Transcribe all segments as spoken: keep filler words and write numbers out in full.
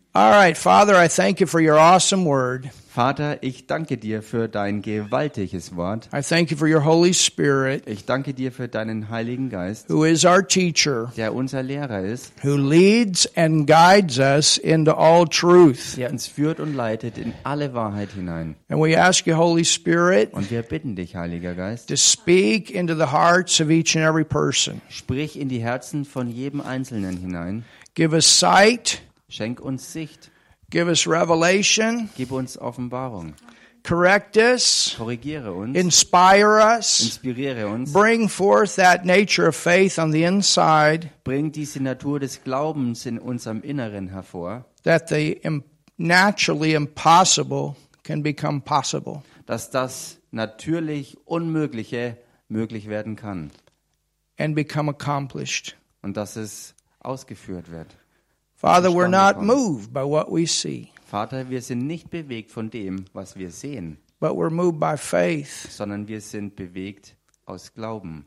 All right, Father, I thank you for your awesome word. Vater, ich danke dir für dein gewaltiges Wort. I thank you for your Holy Spirit, Ich danke dir für deinen Heiligen Geist, who is our teacher, der unser Lehrer ist, who leads and guides us into all truth. der uns führt und leitet in alle Wahrheit hinein. And we ask you, Holy Spirit, Und wir bitten dich, Heiliger Geist, to speak into the hearts of each and every person. sprich in die Herzen von jedem Einzelnen hinein. Give us sight, Schenk uns Sicht, give us revelation, gib uns Offenbarung, correct us, korrigiere uns, inspire us, inspiriere uns, bring forth that nature of faith on the inside, bring diese Natur des Glaubens in unserem Inneren hervor, that the im- naturally impossible can become possible. dass das natürlich Unmögliche möglich werden kann And become accomplished. und dass es ausgeführt wird. Father, we're not Zustande kommen. moved by what we see, Vater, wir sind nicht bewegt von dem, was wir sehen, but we're moved by faith, sondern wir sind bewegt aus Glauben,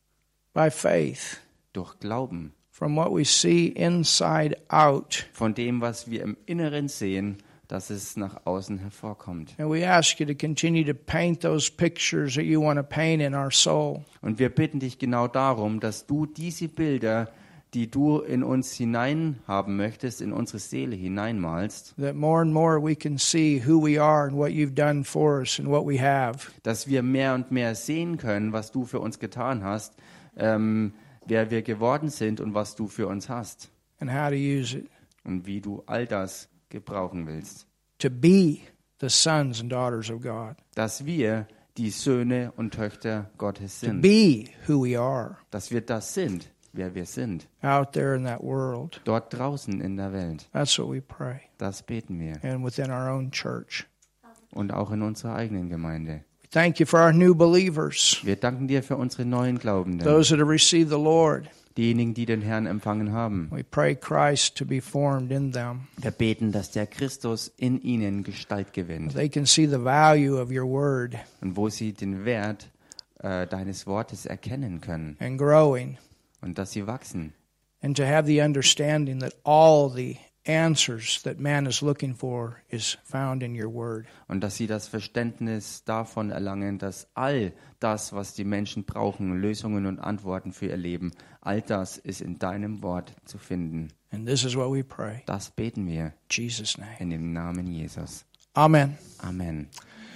by faith, durch Glauben, from what we see inside out. von dem, was wir im Inneren sehen, dass es nach außen hervorkommt. And we ask you to continue to paint those pictures that you want to paint in our soul. Und wir bitten dich genau darum, dass du diese Bilder, die du in uns hineinhaben möchtest, in unsere Seele hineinmalst, That more and more we can see who we are and what you've done for us and what we have. dass wir mehr und mehr sehen können, was du für uns getan hast, ähm, wer wir geworden sind und was du für uns hast And how to use it und wie du all das gebrauchen willst. to be the sons and daughters of God. Dass wir die Söhne und Töchter Gottes To sind. be who we are Dass wir das sind, wer wir sind. out there in that world. Dort draußen in der Welt. That's what we pray. Das beten wir. And within our own church. Und auch in unserer eigenen Gemeinde. Thank you for our new believers, Wir danken dir für unsere neuen Glaubenden. those that have received the Lord. Diejenigen, die den Herrn empfangen haben. We pray Christ to be formed in them. Wir beten, dass der Christus in ihnen Gestalt gewinnt. They can see the value of your word Und wo sie den Wert äh, deines Wortes erkennen können. and growing. Und dass sie wachsen. And to have the understanding that all the answers that man is looking for is found in your word. Und dass sie das Verständnis davon erlangen, dass all das, was die Menschen brauchen, Lösungen und Antworten für ihr Leben, all das ist in deinem Wort zu finden. And this is what we pray. Das beten wir In Jesus' name. in dem Namen Jesus. Amen. Amen.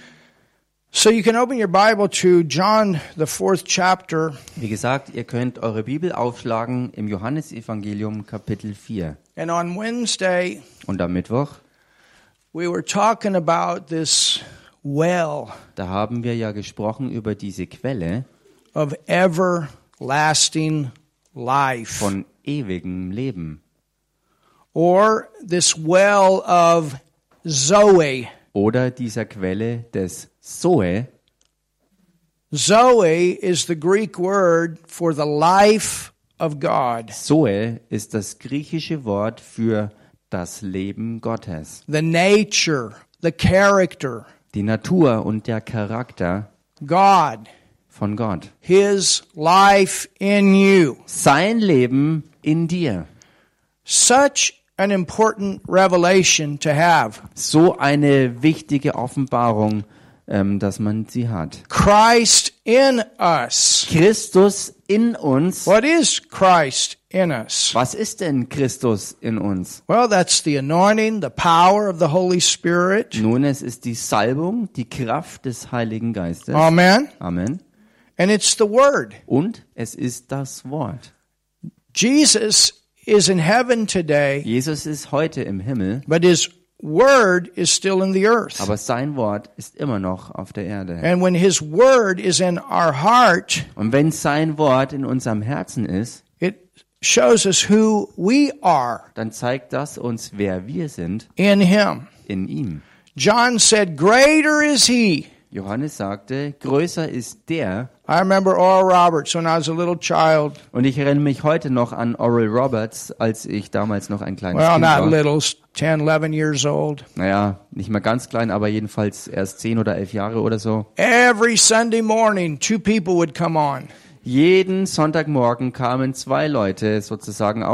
So you can open your Bible to John, the fourth chapter. Wie gesagt, ihr könnt eure Bibel aufschlagen im Johannesevangelium Kapitel vier. And on Wednesday, Und am Mittwoch, we were talking about this well da haben wir ja gesprochen über diese Quelle of everlasting life, von ewigem Leben. or this well of Zoe. Oder dieser Quelle des Zoe. Zoe is the Greek word for the life of God, Zoe ist das griechische Wort für das Leben Gottes. the nature, the character, Die Natur und der Charakter God, von Gott. His life in you. Sein Leben in dir. Such an important revelation to have. So eine wichtige Offenbarung, ähm, dass man sie hat. Christ in us. Christus in uns. What is Christ in us? Was ist denn Christus in uns? Well, that's the anointing, the power of the Holy Spirit. Nun, es ist die Salbung, die Kraft des Heiligen Geistes. Amen. Amen. And it's the Word. Und es ist das Wort. Jesus is in heaven today, Jesus ist heute im Himmel, but His Word is still in the earth. aber sein Wort ist immer noch auf der Erde. And when His Word is in our heart, Und wenn sein Wort in unserem Herzen ist, it shows us who we are dann zeigt das uns, wer wir sind in Him. in ihm. John said, greater is He. Johannes sagte, größer ist der, I remember Oral Roberts when I was a little child. und ich erinnere mich heute noch an Oral Roberts, als ich damals noch ein kleines Well, Kind not war. little, ten, eleven years old. Naja, nicht mehr ganz klein, aber jedenfalls erst zehn oder elf Jahre oder so. Every Sunday morning, two people would come on. Jeden Sonntagmorgen kamen zwei Leute sozusagen auf,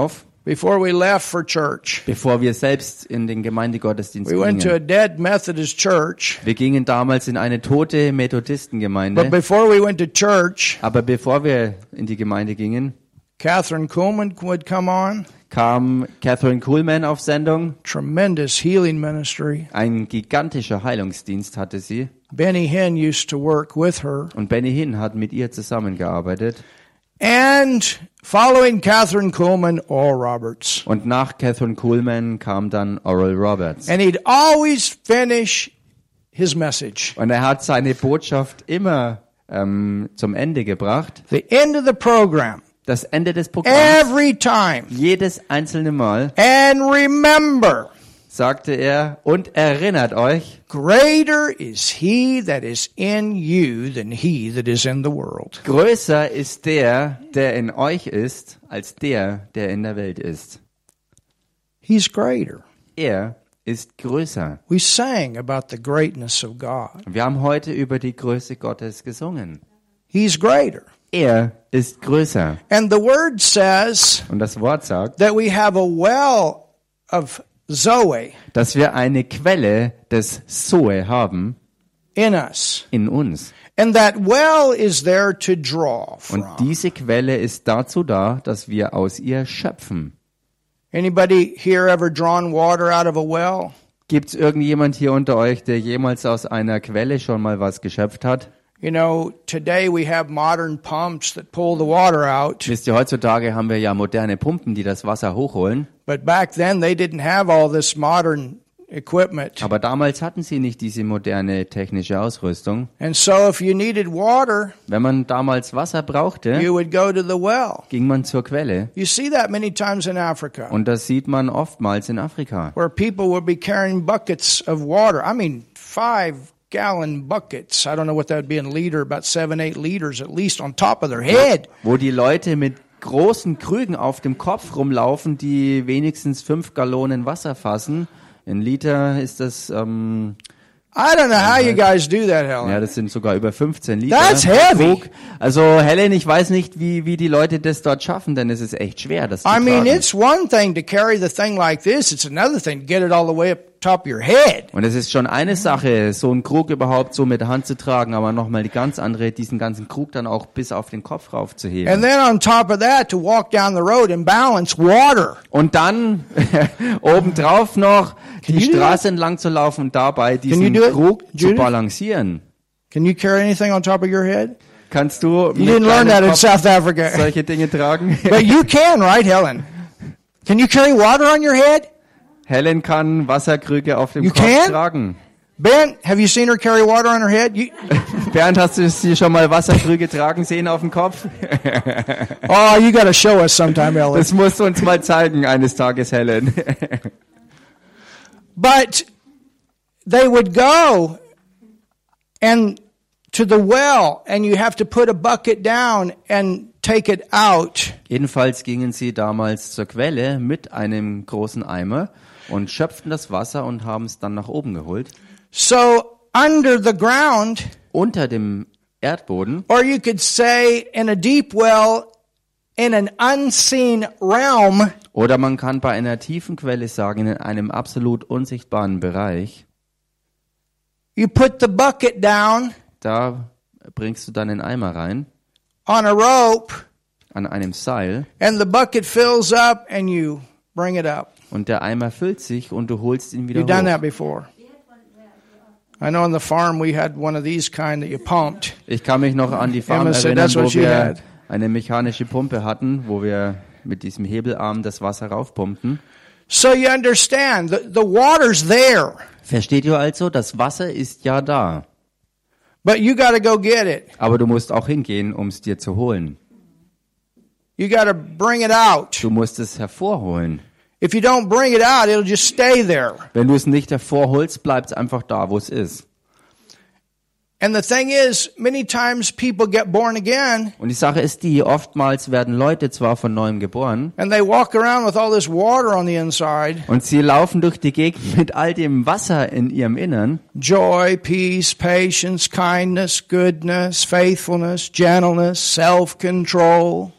before we left for church. Bevor wir selbst in den Gemeindegottesdienst We went to a gingen. dead Methodist church. Wir gingen damals in eine tote But Methodistengemeinde. before we went to church, Aber bevor wir in die Gemeinde gingen, Catherine Kuhlman would come on. kam Catherine Kuhlman auf Sendung. Tremendous healing ministry. Ein gigantischer Heilungsdienst hatte sie. Benny Hinn used to work with her. Und Benny Hinn hat mit ihr zusammengearbeitet. And following Catherine Kuhlman, Oral Roberts. Und nach Catherine Kuhlman kam dann Oral Roberts. And he'd always finish his message. Und er hat seine Botschaft immer ähm, zum Ende gebracht. The end of the program. Das Ende des Programms. Every time. Jedes einzelne Mal And remember, sagte er, und erinnert euch, greater is he that is in you than he that is in the world. größer ist der, der in euch ist, als der, der in der Welt ist. He's greater. Er ist größer. We sang about the greatness of God. Wir haben heute über die Größe Gottes gesungen. He's greater. Er ist größer. And the word says Und das Wort sagt, that we have a well of Zoe dass wir eine Quelle des Zoe haben in us. in uns. And that well is there to draw Und from. diese Quelle ist dazu da, dass wir aus ihr schöpfen. Anybody here ever drawn water out of a well? Gibt es irgendjemand hier unter euch, der jemals aus einer Quelle schon mal was geschöpft hat? You know, today we have modern pumps that pull the water out. Wisst ihr, heutzutage haben wir ja moderne Pumpen, die das Wasser hochholen. But back then they didn't have all this modern equipment. Aber damals hatten sie nicht diese moderne technische Ausrüstung. And so if you needed water, Wenn man damals Wasser brauchte, you would go to the well. ging man zur Quelle. You see that many times in Africa, Und das sieht man oftmals in Afrika. where people would be carrying buckets of water. I mean, five gallon buckets. I don't know what that would be in liter, about seven, eight liters at least on top of their head. Wo die Leute mit großen Krügen auf dem Kopf rumlaufen, die wenigstens fünf Gallonen Wasser fassen. Ein Liter ist das, ähm, I don't know how you guys do that, Helen. ja, das sind sogar über fünfzehn Liter. That's heavy. Krug. Also Helen, ich weiß nicht, wie wie die Leute das dort schaffen, denn es ist echt schwer, das zu I mean, tragen. it's one thing to carry the thing like this. It's another thing to get it all the way up top of your head. Und es ist schon eine Sache, so einen Krug überhaupt so mit der Hand zu tragen, aber nochmal die ganz andere, diesen ganzen Krug dann auch bis auf den Kopf raufzuheben. And then on top of that, to walk down the road and balance water. Und dann obendrauf noch die you do Straße entlang zu laufen und dabei you diesen do it, Krug zu Judith? balancieren. Can you carry anything on top of your head? Kannst du You mit didn't learn deinem that in Kopf South Africa. solche Dinge tragen? But you can, right, Helen? Can you carry water on your head? Helen kann Wasserkrüge auf dem You Kopf can? tragen. Ben, have you seen her carry water on her head? You, Bernd, hast du sie schon mal Wasserkrüge tragen sehen auf dem Kopf? oh, you got to show us sometime, Helen. Das musst du uns mal zeigen eines Tages, Helen. But they would go and to the well, and you have to put a bucket down and take it out. Jedenfalls gingen sie damals zur Quelle mit einem großen Eimer und schöpften das Wasser und haben es dann nach oben geholt. So under the ground, Unter dem Erdboden, or you could say in a deep well, in an unseen realm, oder man kann bei einer tiefen Quelle sagen, in einem absolut unsichtbaren Bereich, you put the bucket down da bringst du dann den Eimer rein, on a rope, an einem Seil, and the bucket fills up, and you bring it up. und der Eimer füllt sich und du holst ihn wieder You've done hoch. that before. I know on the farm we had one of these kind that you pumped. Ich kann mich noch an die Farm Emma said erinnern, that's wo what she wir had. eine mechanische Pumpe hatten, wo wir mit diesem Hebelarm das Wasser raufpumpten. So you understand, the, the water's there, Versteht ihr also? Das Wasser ist ja da. but you got to go get it. Aber du musst auch hingehen, um es dir zu holen. You got to bring it out. Du musst es hervorholen. If you don't bring it out, it'll just stay there. Wenn du es nicht hervorholst, bleibt es einfach da, wo es ist. And the thing is, many times people get born again Und die Sache ist die, oftmals werden Leute zwar von Neuem geboren and they walk around with all this water on the inside. und sie laufen durch die Gegend mit all dem Wasser in ihrem Innern. Joy, peace, patience, kindness, goodness, faithfulness, gentleness, self-control.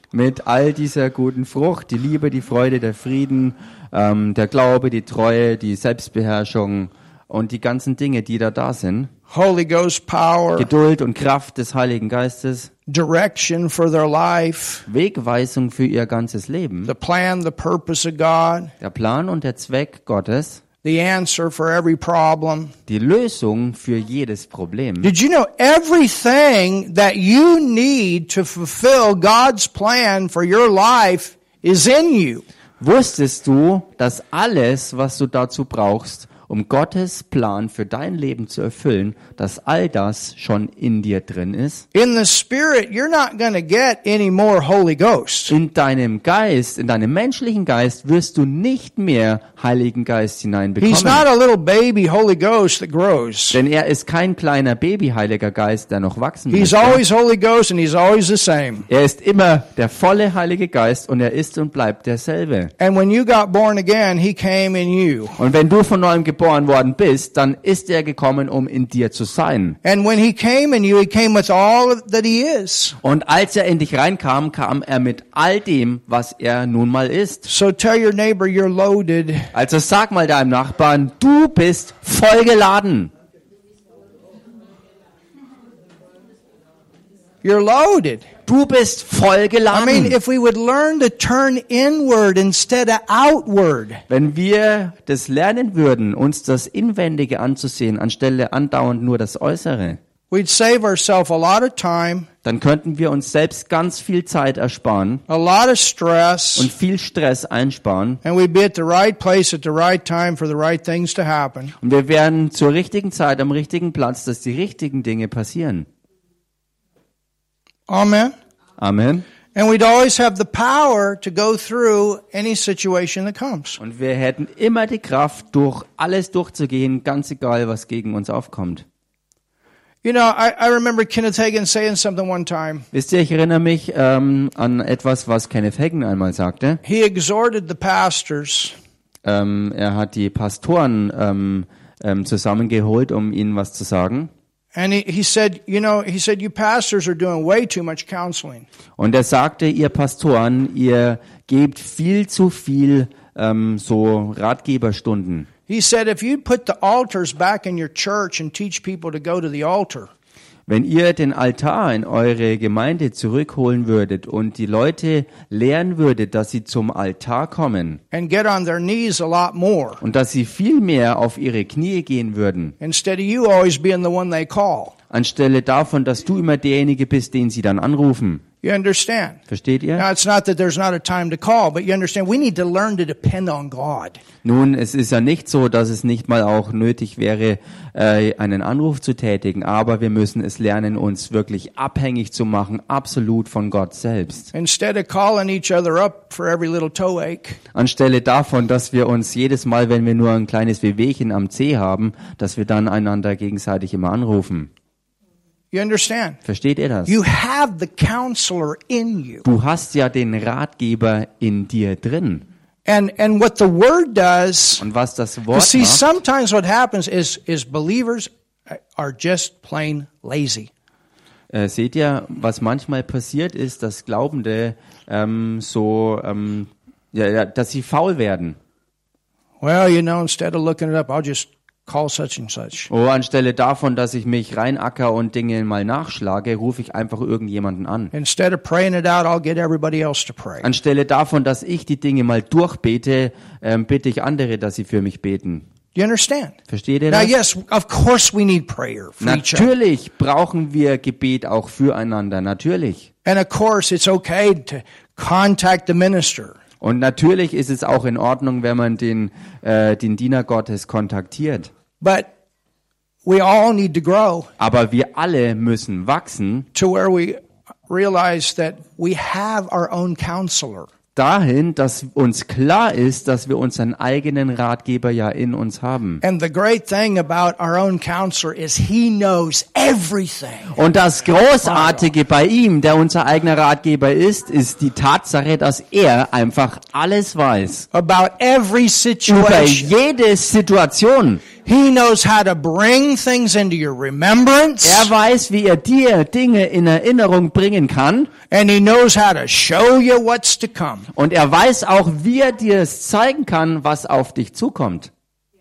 mit all dieser guten Frucht, die Liebe, die Freude, der Frieden, ähm, der Glaube, die Treue, die Selbstbeherrschung und die ganzen Dinge, die da da sind. Holy Ghost power, Geduld und Kraft des Heiligen Geistes, direction for their life, Wegweisung für ihr ganzes Leben, the plan, the purpose of God, der Plan und der Zweck Gottes, the answer for every problem. die Lösung für jedes Problem. Did you know everything that you need to fulfill God's plan for your life is in you? Wusstest du, dass alles, was du dazu brauchst, um Gottes Plan für dein Leben zu erfüllen, dass all das schon in dir drin ist? In the Spirit, you're not going to get any more Holy Ghost. In deinem Geist, in deinem menschlichen Geist wirst du nicht mehr Heiligen Geist He's hineinbekommen. not a little baby Holy Ghost that grows. Denn er ist kein kleiner Baby-Heiliger Geist, der noch wachsen He's möchte. always Holy Ghost and he's always the same. Er ist immer der volle Heilige Geist und er ist und bleibt derselbe. And when you got born again, he came in you. Und wenn du von neuem geboren worden bist, dann ist er gekommen, um in dir zu sein. And when he came in you, he came with all that he is. Und als er in dich reinkam, kam er mit all dem, was er nun mal ist. So tell your neighbor you're loaded. Also sag mal deinem Nachbarn, du bist vollgeladen. You're loaded. Du bist I mean, vollgeladen. if we would learn to turn inward instead of outward, Wenn wir das lernen würden, uns das Inwendige anzusehen, anstelle andauernd nur das Äußere, we'd save ourselves a lot of time, dann könnten wir uns selbst ganz viel Zeit ersparen a lot of und stress, viel Stress einsparen. and we'd be at the right place at the right time for the right things to happen. Und wir wären zur richtigen Zeit am richtigen Platz, dass die richtigen Dinge passieren. Amen. Amen. And we'd always have the power to go through any situation that comes. Und wir hätten immer die Kraft, durch alles durchzugehen, ganz egal, was gegen uns aufkommt. You know, I, I remember Kenneth Hagin saying something one time. Wisst ihr, ich erinnere mich ähm, an etwas, was Kenneth Hagin einmal sagte. He exhorted the pastors Ähm, er hat die Pastoren ähm, ähm, zusammengeholt, um ihnen was zu sagen. and he, he said, you know, he said, you pastors are doing way too much counseling. Und er sagte, ihr Pastoren, ihr gebt viel zu viel ähm, so Ratgeberstunden. He said, if you'd put the altars back in your church and teach people to go to the altar, Wenn ihr den Altar in eure Gemeinde zurückholen würdet und die Leute lehren würdet, dass sie zum Altar kommen and get on their knees a lot more, und dass sie viel mehr auf ihre Knie gehen würden, instead of you always being the one they call. anstelle davon, dass du immer derjenige bist, den sie dann anrufen. You understand? Versteht ihr? Now, it's not that there's not a time to call, but you understand, we need to learn to depend on God. Nun, es ist ja nicht so, dass es nicht mal auch nötig wäre, äh, einen Anruf zu tätigen, aber wir müssen es lernen, uns wirklich abhängig zu machen, absolut von Gott selbst. Instead of calling each other up for every little toe ache, Anstelle davon, dass wir uns jedes Mal, wenn wir nur ein kleines Wehwehchen am Zeh haben, dass wir dann einander gegenseitig immer anrufen. you understand? Versteht ihr das? You have the counselor in you. Du hast ja den Ratgeber in dir drin. And and what the word does, Und was das you Wort see, macht, sometimes what happens is is believers are just plain lazy. äh, seht ihr, was manchmal passiert ist, dass Glaubende ähm, so, ähm, ja, ja, dass sie faul werden. Well, you know, instead of looking it up, I'll just call such and such. Oh, anstelle davon, dass ich mich reinacker und Dinge mal nachschlage, rufe ich einfach irgendjemanden an. Instead of praying it out, I'll get everybody else to pray. Anstelle davon, dass ich die Dinge mal durchbete, ähm, bitte ich andere, dass sie für mich beten. You understand? Versteht ihr Now, das? yes, of course we need prayer for each other. Natürlich brauchen wir Gebet auch füreinander, natürlich. And of course, it's okay to contact the minister. Und natürlich ist es auch in Ordnung, wenn man den, äh, den Diener Gottes kontaktiert. But we all need to grow Aber wir alle müssen wachsen to where we realize that we have our own counselor. dahin, dass uns klar ist, dass wir unseren eigenen Ratgeber ja in uns haben. And the great thing about our own counselor is he knows everything. Und das Großartige bei ihm, der unser eigener Ratgeber ist, ist die Tatsache, dass er einfach alles weiß. About every Über situation. jede Situation. He knows how to bring things into your remembrance. Er weiß, wie er dir Dinge in Erinnerung bringen kann. And he knows how to show you what's to come. Und er weiß auch, wie er dir es zeigen kann, was auf dich zukommt.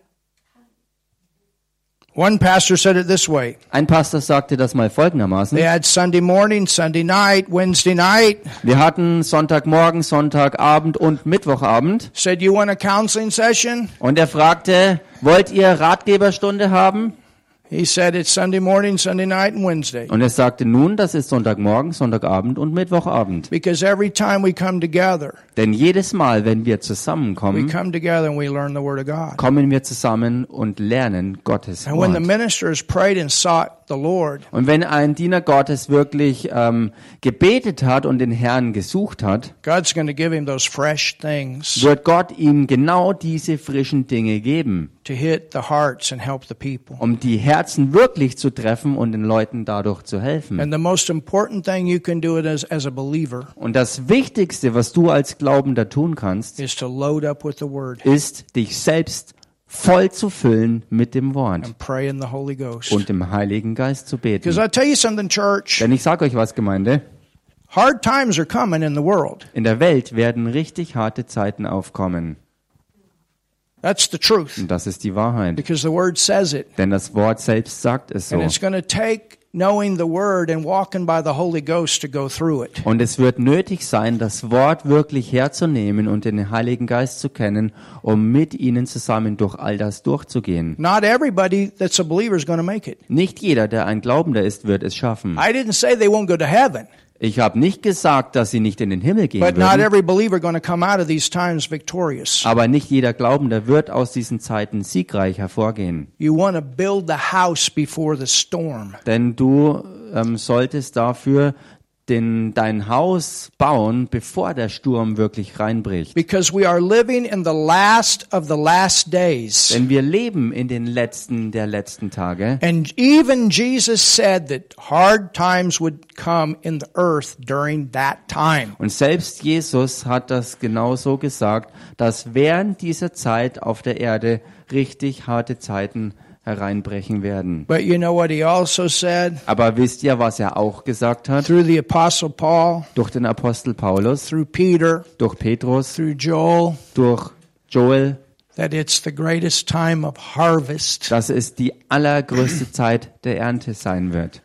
One pastor said it this way. Ein Pastor sagte das mal folgendermaßen. They had Sunday morning, Sunday night, Wednesday night. Wir hatten Sonntagmorgen, Sonntagabend und Mittwochabend. Said, you want a counseling session? Und er fragte, wollt ihr Ratgeberstunde haben? He said, it's Sunday morning, Sunday night, and Wednesday. Und er sagte, nun, das ist Sonntagmorgen, Sonntagabend und Mittwochabend. Because every time we come together, Denn jedes Mal, wenn wir we zusammenkommen, come together and we learn the Word of God. kommen wir zusammen und lernen Gottes And when the Wort. minister has prayed and sought the Lord, Und wenn ein Diener Gottes wirklich ähm, gebetet hat und den Herrn gesucht hat, God's going to give him those fresh things wird Gott ihm genau diese frischen Dinge geben, to hit the hearts and help the people. um die Herzen wirklich zu treffen und den Leuten dadurch zu helfen. And the most important thing you can do it as, as a believer Und das Wichtigste, was du als Glaubender tun kannst, is to load up with the Word ist, dich selbst voll zu füllen mit dem Wort and pray in the Holy Ghost. und dem Heiligen Geist zu beten. Because I tell you something, church, Denn ich sage euch was, Gemeinde, hard times are coming in the world. in der Welt werden richtig harte Zeiten aufkommen. That's the truth. Und das ist die Wahrheit. Because the Word says it. Denn das Wort selbst sagt es so. And it's going to take knowing the Word and walking by the Holy Ghost to go through it. Und es wird nötig sein, das Wort wirklich herzunehmen und den Heiligen Geist zu kennen, um mit ihnen zusammen durch all das durchzugehen. Not everybody that's a believer is going to make it. Nicht jeder, der ein Glaubender ist, wird es schaffen. I didn't say they won't go to heaven, Ich habe nicht gesagt, dass sie nicht in den Himmel gehen but not würden, every believer going to come out of these times victorious. aber nicht jeder Glaubender wird aus diesen Zeiten siegreich hervorgehen. You want to build the house before the storm. Denn du ähm, solltest dafür den, dein Haus bauen, bevor der Sturm wirklich reinbricht. Because we are living in the last of the last days. Denn wir leben in den letzten der letzten Tage. And even Jesus said that hard times would come in the earth during that time. Und selbst Jesus hat das genauso gesagt, dass während dieser Zeit auf der Erde richtig harte Zeiten hereinbrechen werden. But you know what he also said? Aber wisst ihr, was er auch gesagt hat? Through the Apostle Paul, Durch den Apostel Paulus, through Peter, durch Petrus, through Joel, durch Joel, that it's the greatest time of harvest. dass es die allergrößte Zeit der Ernte sein wird.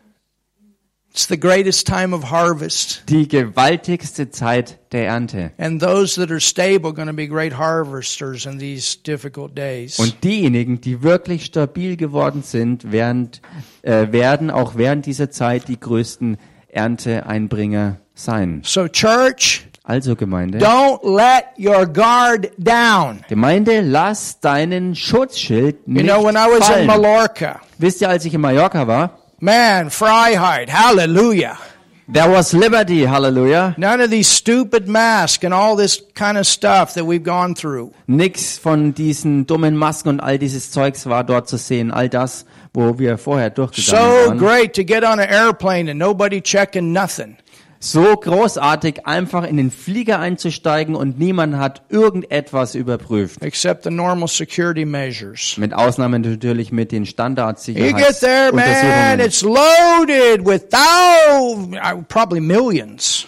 It's the greatest time of harvest. Die gewaltigste Zeit der Ernte. And those that are stable are going to be great harvesters in these difficult days. Und diejenigen, die wirklich stabil geworden sind, während, äh, werden auch während dieser Zeit die größten Ernteeinbringer sein. So church, Also Gemeinde, don't let your guard down. Gemeinde, lass deinen Schutzschild You nicht know, when I was in fallen. Mallorca, Wisst ihr, als ich in Mallorca war, man, Freiheit, hallelujah. there was liberty, Halleluja. None of these stupid masks and all this kind of stuff that we've gone through. Nix von diesen dummen Masken und all dieses Zeugs war dort zu sehen. All das, wo wir vorher durchgegangen So waren. great to get on an airplane and nobody checking nothing. So großartig, einfach in den Flieger einzusteigen und niemand hat irgendetwas überprüft. Except the normal security measures. Mit Ausnahme natürlich mit den You get there, man, Standardsicherheitsuntersuchungen. it's loaded with thousands, probably millions.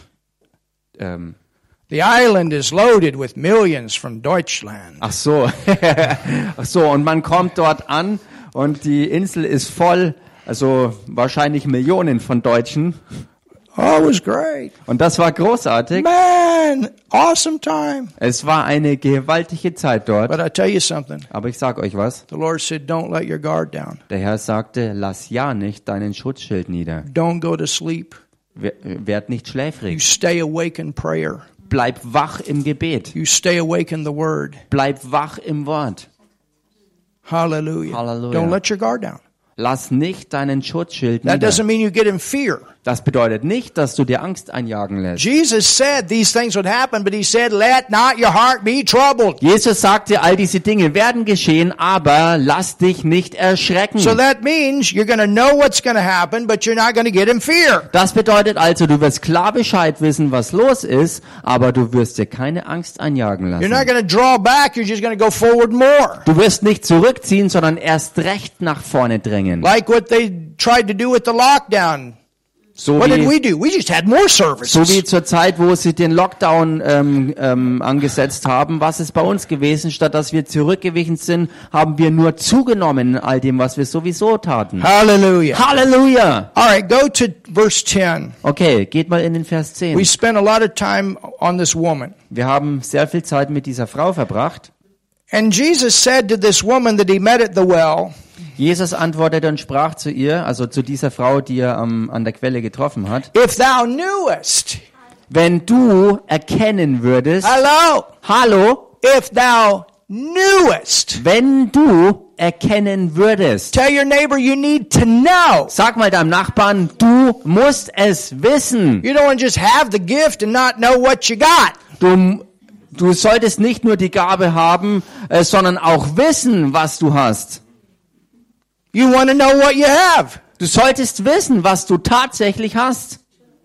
Ähm, The island is loaded with millions from Deutschland. ach so. Ach so, und man kommt dort an und die Insel ist voll, also wahrscheinlich Millionen von Deutschen. Oh, it was great. Und das war großartig. Man, awesome time. Es war eine gewaltige Zeit dort. But I tell you something. Aber ich sag euch was. The Lord said, don't let your guard down. Der Herr sagte, lass ja nicht deinen Schutzschild nieder. Don't go to sleep. Wer- Werd nicht You schläfrig. stay awake in prayer. Bleib wach im Gebet. You stay awake in the Word. Bleib wach im Wort. Hallelujah. Hallelujah. Don't let your guard down. Lass nicht deinen Schutzschild That nieder. doesn't mean you get in fear. Das bedeutet nicht, dass du dir Angst einjagen lässt. Jesus said these things would happen, but he said, let not your heart be troubled. Jesus sagte, all diese Dinge werden geschehen, aber lass dich nicht erschrecken. So that means you're going to know what's going to happen, but you're not going to get in fear. Das bedeutet also, du wirst klar Bescheid wissen, was los ist, aber du wirst dir keine Angst einjagen You're not lassen. going to draw back, you're just going to go forward more. Du wirst nicht zurückziehen, sondern erst recht nach vorne drängen. Like what they tried to do with the lockdown. So What did wie, we do? We just had more so services. wie zur Zeit, wo sie den Lockdown ähm, ähm, angesetzt haben. Was ist bei uns gewesen? Statt dass wir zurückgewichen sind, haben wir nur zugenommen in all dem, was wir sowieso taten. Hallelujah. Halleluja! All right, go to verse ten. Okay, geht mal in den Vers zehn. We spent a lot of time on this woman. Wir haben sehr viel Zeit mit dieser Frau verbracht. And Jesus said to this woman that he met at the well, Jesus antwortete und sprach zu ihr, also zu dieser Frau, die er am, an der Quelle getroffen hat: if thou knewest, Wenn du erkennen würdest, hello, hallo, if thou knewest, wenn du erkennen würdest. tell your neighbor you need to know. Sag mal deinem Nachbarn, du musst es wissen. You don't want to just have the gift and not know what you got. Du, du solltest nicht nur die Gabe haben, äh, sondern auch wissen, was du hast. You want to know what you have. Du solltest wissen, was du tatsächlich hast.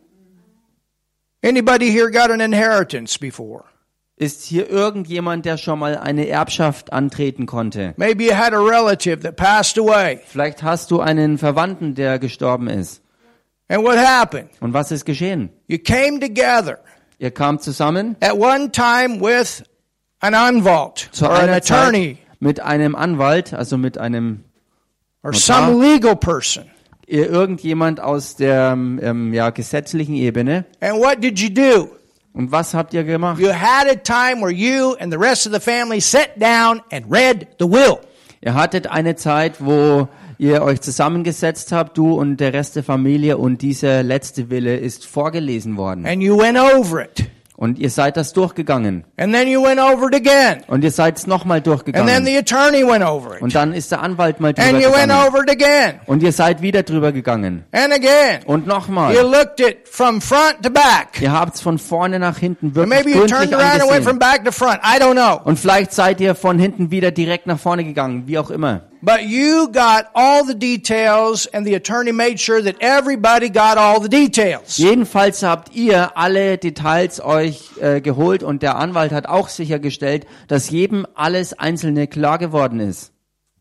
Anybody here got an inheritance before? Ist hier irgendjemand, der schon mal eine Erbschaft antreten konnte? Maybe you had a relative that passed away. Vielleicht hast du einen Verwandten, der gestorben ist. And what happened? Und was ist geschehen? You came together Ihr kamt zusammen at one time with an anwalt zu or an einer attorney Zeit mit einem Anwalt, also mit einem or Notar. some legal person. ihr- irgendjemand aus der ähm, ja, gesetzlichen Ebene. And what did you do? Und was habt ihr gemacht? You had a time where you and the rest of the family sat down and read the will. Ihr hattet eine Zeit, wo ihr euch zusammengesetzt habt, du und der Rest der Familie, und dieser letzte Wille ist vorgelesen worden. And you went over it. Und ihr seid das durchgegangen. And then you went over it again. Und ihr seid es nochmal And then durchgegangen. the attorney went over it. Und dann ist der Anwalt mal drüber And you went gegangen. over it again. Und ihr seid wieder drüber gegangen. And again. Und You nochmal. looked at from front to back. Ihr habt's von vorne nach hinten Or wirklich maybe you turned gründlich around and went from angesehen. back to front. I don't know. Und vielleicht seid ihr von hinten wieder direkt nach vorne gegangen, wie auch immer. But you got all the details and the attorney made sure that everybody got all the details. Jedenfalls habt ihr alle Details euch äh, geholt und der Anwalt hat auch sichergestellt, dass jedem alles Einzelne klar geworden ist.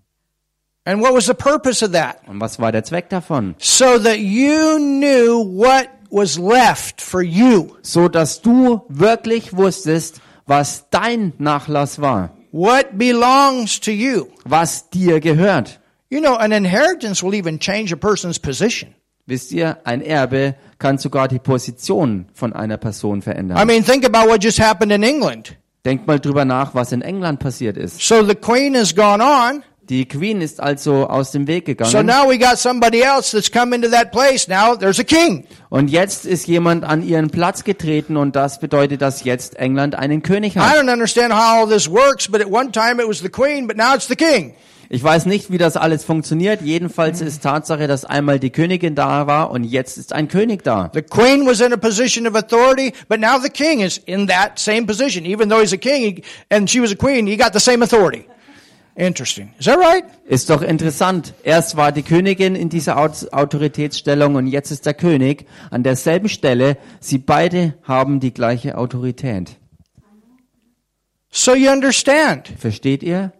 And what was the purpose of that? Und was war der Zweck davon? So that you knew what was left for you. So dass du wirklich wusstest, was dein Nachlass war, What belongs to you. was dir gehört. You know, an inheritance will even change a person's position. Wisst ihr, ein Erbe kann sogar die Position von einer Person I verändern. mean, think about what just happened in England. Denkt mal drüber nach, was in England passiert ist. So the Queen has gone on. Die Queen ist also aus dem Weg So gegangen. now we got somebody else that's come into that place. Now there's a king. Und jetzt ist jemand an ihren Platz getreten und das bedeutet, dass jetzt England einen König I hat. don't understand how all this works, but at one time it was the Queen, but now it's the king. Ich weiß nicht, wie das alles funktioniert. Jedenfalls ist Tatsache, dass einmal die Königin da war und jetzt ist ein König da. The Queen was in a position of authority, but now the king is in that same position. Even though he's a king he, and she was a queen, he got the same authority. Interesting. Is that right? Ist doch interessant. Erst war die Königin in dieser Aut- Autoritätsstellung und jetzt ist der König an derselben Stelle. Sie beide haben die gleiche Autorität. So you understand. Versteht ihr?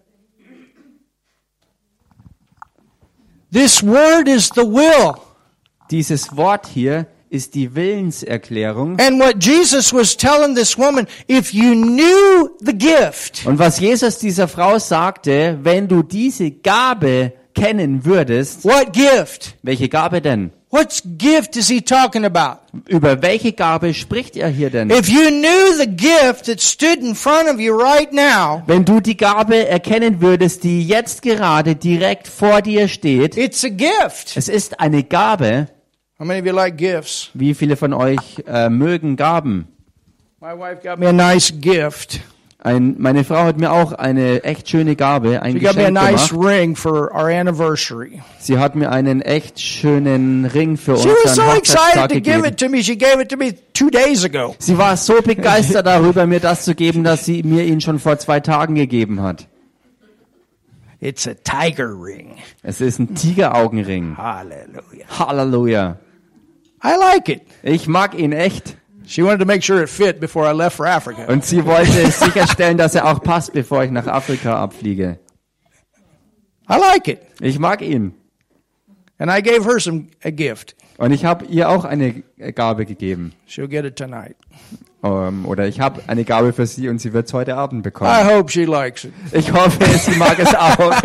This word is the will. Dieses Wort hier ist die Willenserklärung. And what Jesus was telling this woman, if you knew the gift, Und was Jesus dieser Frau sagte, wenn du diese Gabe kennen würdest, what gift? welche Gabe denn? What gift is he talking about? Über welche Gabe spricht er hier denn? If you knew the gift that stood in front of you right now, Wenn du die Gabe erkennen würdest, die jetzt gerade direkt vor dir steht, it's a gift. es ist eine Gabe. How many of you like gifts? Wie viele von euch äh, mögen Gaben? My wife got me a nice gift. Ein, meine Frau hat mir auch eine echt schöne Gabe, ein She got me a Geschenk nice gemacht. ring for our anniversary. Sie hat mir einen echt schönen Ring für She was unseren so Hochzeitstag excited to give gegeben. it to me. She gave it to me two days ago. Sie war so begeistert darüber, mir das zu geben, dass sie mir ihn schon vor zwei Tagen gegeben hat. It's a tiger ring. Es ist ein Tigeraugenring. Hallelujah. Halleluja. I like it. Ich mag ihn echt. She wanted to make sure it fit before I left for Africa. Und sie wollte sicherstellen, dass er auch passt, bevor ich nach Afrika abfliege. I like it. Ich mag ihn. And I gave her some a gift. Und ich habe ihr auch eine Gabe gegeben. She'll get it tonight. Um, oder ich habe eine Gabe für sie und sie wird es heute Abend I bekommen. hope she likes it. Ich hoffe, sie mag es auch.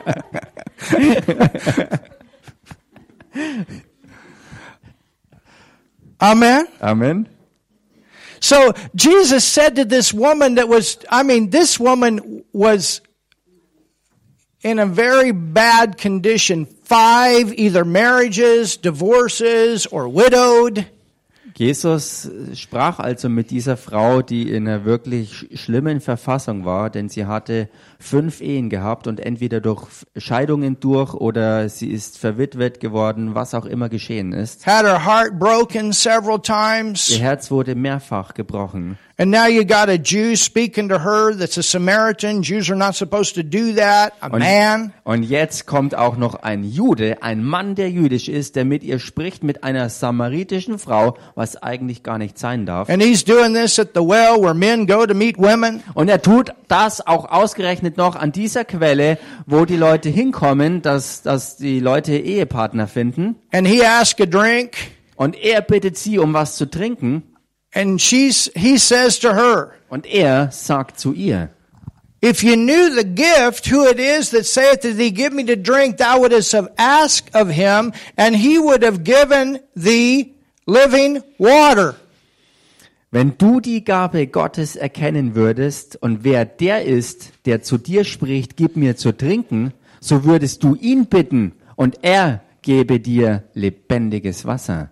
Amen. Amen. So Jesus said to this woman that was, I mean, this woman was in a very bad condition. Five either marriages, divorces, or widowed. Jesus sprach also mit dieser Frau, die in einer wirklich schlimmen Verfassung war, denn sie hatte fünf Ehen gehabt und entweder durch Scheidungen durch oder sie ist verwitwet geworden, was auch immer geschehen ist. Had her heart broken several Ihr times. Herz wurde mehrfach gebrochen. And now you got a Jew speaking to her that's a Samaritan. Jews are not supposed to do that. A Und, man. und jetzt kommt auch noch ein Jude, ein Mann, der jüdisch ist, der mit ihr spricht, mit einer samaritischen Frau, was eigentlich gar nicht sein darf. And he's doing this at the well where men go to meet women. Und er tut das auch ausgerechnet noch an dieser Quelle, wo die Leute hinkommen, dass, dass die Leute Ehepartner finden. And he asks a drink. Und er bittet sie um was zu trinken. And she's, he says to her, Und er sagt zu ihr, if you knew the gift, who it is that saith to thee, give me to drink, thou wouldest have asked of him, and he would have given thee living water. wenn du die Gabe Gottes erkennen würdest und wer der ist, der zu dir spricht, gib mir zu trinken, so würdest du ihn bitten und er gebe dir lebendiges Wasser.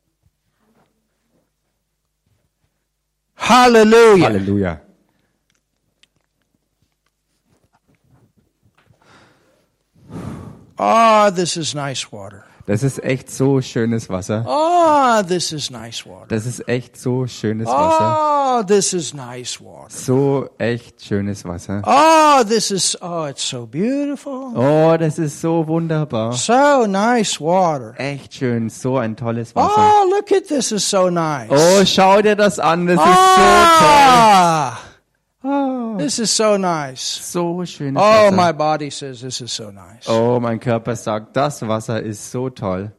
Hallelujah. Halleluja. Oh, this is nice water. Das ist echt so schönes Wasser. Oh, this is nice water. Das ist echt so schönes Wasser. Oh, this is nice water. So echt schönes Wasser. Oh, this is, oh, it's so beautiful. Oh, das ist so wunderbar. So nice water. Echt schön, so ein tolles Wasser. Oh, look at this is so nice. Oh, schau dir das an, das ist Ah, so toll. Oh, this is so nice. so schönes Oh, Wasser. my body says this is so nice. Oh, mein Körper sagt, das Wasser ist so toll.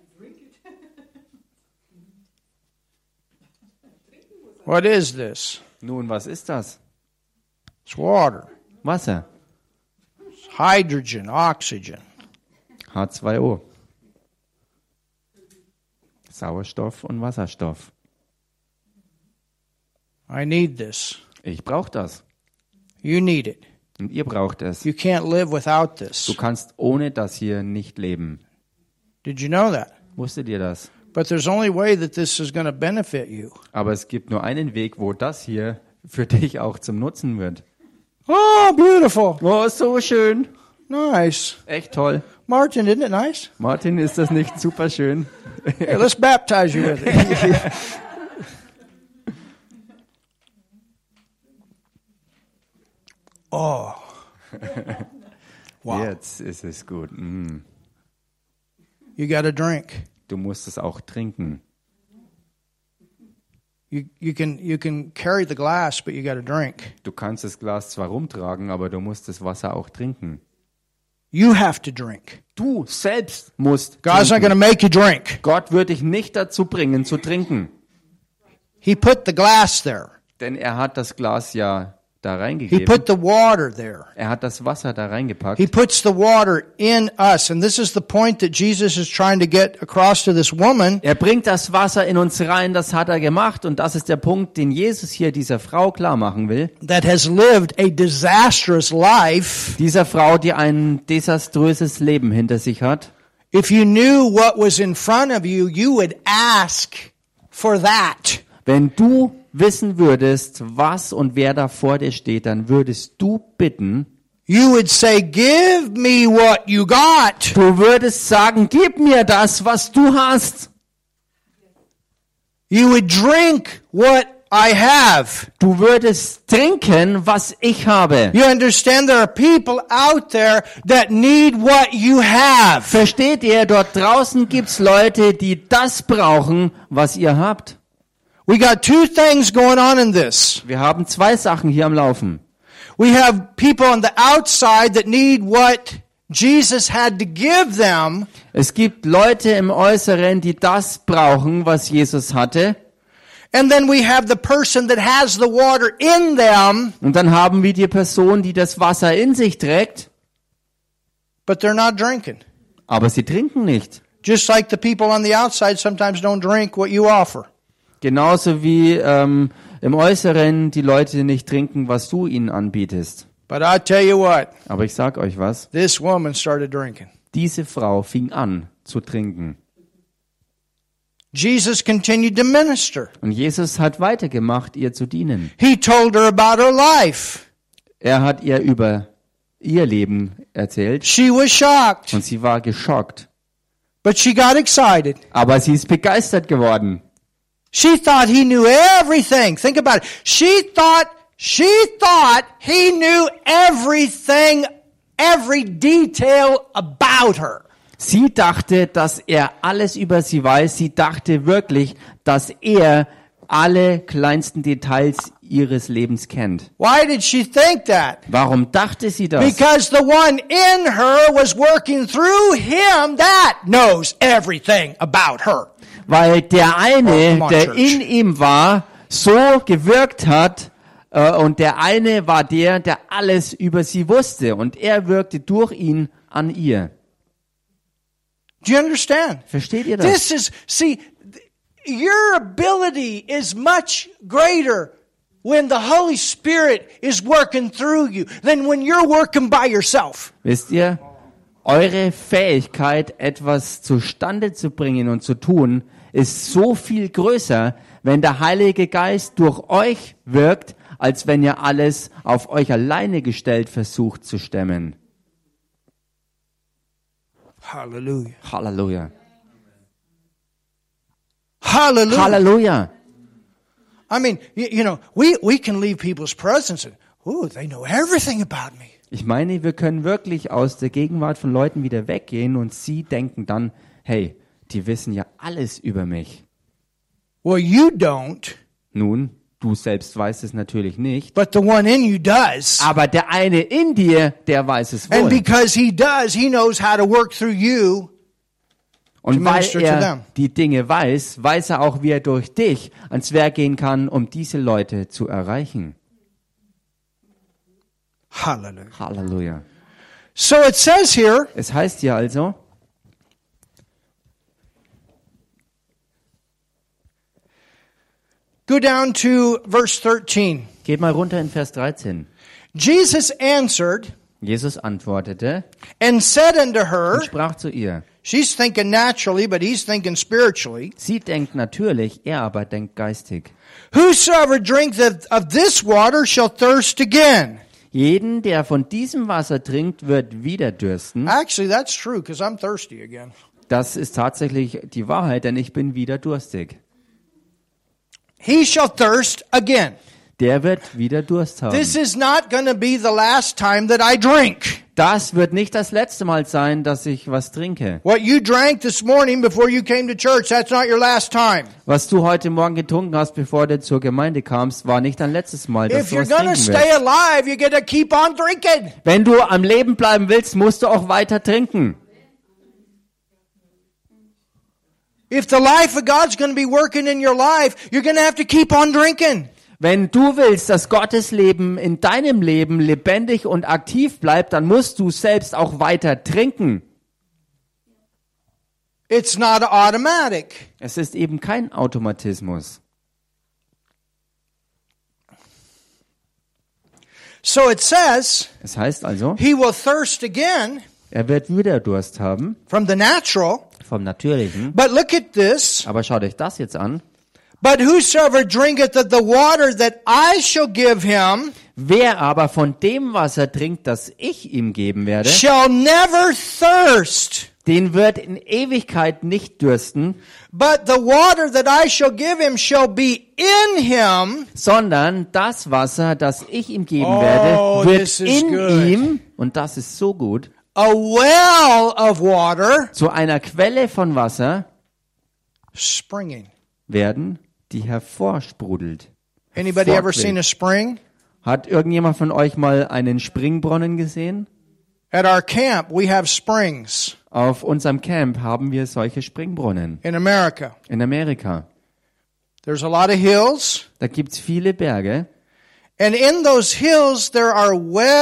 What is this? Nun, was ist das? It's water. Wasser. It's hydrogen, oxygen. H zwei O. Sauerstoff und Wasserstoff. I need this. Ich brauche das. You need it. Und ihr braucht es. You can't live without Du this. kannst ohne das hier nicht leben. Did you know that? Wusstet ihr das? But there's only way that this is going to benefit you. Aber es gibt nur einen Weg, wo das hier für dich auch zum Nutzen wird. Oh, beautiful. Oh, so schön. Nice. Echt toll. Martin, isn't it nice? Martin, ist das nicht super schön? Here, let's baptize you with it. Oh. Wow. Jetzt ist es gut. Mm. You got to drink. Du musst es auch trinken. You, you can you can carry the glass, but you got to drink. Du kannst das Glas zwar rumtragen, aber du musst das Wasser auch trinken. You have to drink. Du selbst musst God's not going to trinken. make you drink. Gott wird dich nicht dazu bringen, zu trinken. He put the glass there. Denn er hat das Glas ja da He reingegeben. put the water there. Er hat das Wasser da reingepackt. He puts the water in us. And this is the point that Jesus is trying to get across to this woman. Er bringt das Wasser in uns rein, das hat er gemacht. Und das ist der Punkt, den Jesus hier dieser Frau klar machen will. That has lived a disastrous life. Dieser Frau, die ein desaströses Leben hinter sich hat. If you knew what was in front of you, you would ask for that. Wenn du wissen würdest, was und wer da vor dir steht, dann würdest du bitten, you would say, give me what you got. du würdest sagen, gib mir das, was du hast. You would drink what I have. Du würdest trinken, was ich habe. You understand there are people out there that need what you have. Versteht ihr, dort draußen gibt's Leute, die das brauchen, was ihr habt. We got two things going on in this. Wir haben zwei Sachen hier am Laufen. We have people on the outside that need what Jesus had to give them. Es gibt Leute im Äußeren, die das brauchen, was Jesus hatte. And then we have the person that has the water in them, Und dann haben wir die Person, die das Wasser in sich trägt, but they're not drinking. aber sie trinken nicht. Just like the people on the outside sometimes don't drink what you offer. Genauso wie ähm, im Äußeren die Leute nicht trinken, was du ihnen anbietest. But I tell you what, Aber ich sag euch was, this woman started drinking. diese Frau fing an zu trinken. Jesus continued to minister. Und Jesus hat weitergemacht, ihr zu dienen. He told her about her life. Er hat ihr über ihr Leben erzählt She was shocked, und sie war geschockt. but she got excited. Aber sie ist begeistert geworden. She thought he knew everything. Think about it. She thought, she thought he knew everything, every detail about her. Sie dachte, dass er alles über sie weiß. Sie dachte wirklich, dass er alle kleinsten Details ihres Lebens kennt. Why did she think that? Warum dachte sie das? Because the one in her was working through him that knows everything about her. Weil der Oh, eine, come on, der Church. in ihm war, so gewirkt hat, äh, und der eine war der, der alles über sie wusste. Und er wirkte durch ihn an ihr. Do you understand? Versteht ihr das? This is, see, th- your ability is much greater when the Holy Spirit is working through you than when you're working by yourself. Wisst ihr, eure Fähigkeit, etwas zustande zu bringen und zu tun, ist so viel größer, wenn der Heilige Geist durch euch wirkt, als wenn ihr alles auf euch alleine gestellt versucht zu stemmen. Hallelujah. Halleluja. Hallelujah. Halleluja. I mean, you, you know, we, we can leave people's presence and, ooh, they know everything about me. Ich meine, wir können wirklich aus der Gegenwart von Leuten wieder weggehen und sie denken dann, hey, die wissen ja alles über mich. Well, you don't, Nun, du selbst weißt es natürlich nicht, but the one in you does. aber der eine in dir, der weiß es And wohl. because he does, he knows how to work through you. Und to weil minister to them. er die Dinge weiß, weiß er auch, wie er durch dich ans Werk gehen kann, um diese Leute zu erreichen. Hallelujah. Halleluja. So it says here, Es heißt hier also, go down to verse thirteen. geht mal runter in Vers dreizehn. Jesus answered Jesus antwortete and said unto her, und sprach zu ihr. she's thinking naturally, but he's thinking spiritually. Sie denkt natürlich, er aber denkt geistig. Whosoever drinketh of this water shall thirst again. Jeden, der von diesem Wasser trinkt, wird wieder dürsten. Actually, that's true because I'm thirsty again. Das ist tatsächlich die Wahrheit, denn ich bin wieder durstig. He shall thirst again. Der wird wieder Durst haben. This is not going to be the last time that I drink. Das wird nicht das letzte Mal sein, dass ich was trinke. What you drank this morning before you came to church, that's not your last time. Was du heute Morgen getrunken hast, bevor du zur Gemeinde kamst, war nicht dein letztes Mal, dass If du you're was going to trinken stay wirst. alive, you got to keep on drinking. Wenn du am Leben bleiben willst, musst du auch weiter trinken. If the life of God's going to be working in your life, you're going to have to keep on drinking. Wenn du willst, dass Gottes Leben in deinem Leben lebendig und aktiv bleibt, dann musst du selbst auch weiter trinken. It's not automatic. Es ist eben kein Automatismus. So it says, Es heißt also, he will thirst again er wird wieder Durst haben from the natural. vom Natürlichen. But look at this. Aber schaut euch das jetzt an. But whosoever drinketh of the water that I shall give him Wer aber von dem Wasser trinkt, das ich ihm geben werde, shall never thirst. den wird in Ewigkeit nicht dürsten, But the water that I shall give him shall be in him. sondern das Wasser, das ich ihm geben Oh, werde, wird this is in good. ihm, und das ist so gut, A well of water zu einer Quelle von Wasser springing. werden, die hervorsprudelt. Anybody ever Hervorquillt. seen a spring? Hat irgendjemand von euch mal einen Springbrunnen gesehen? At our camp, we have springs Auf unserem Camp haben wir solche Springbrunnen in America. in Amerika. There's a lot of hills, Da gibt's viele Berge and in those hills there are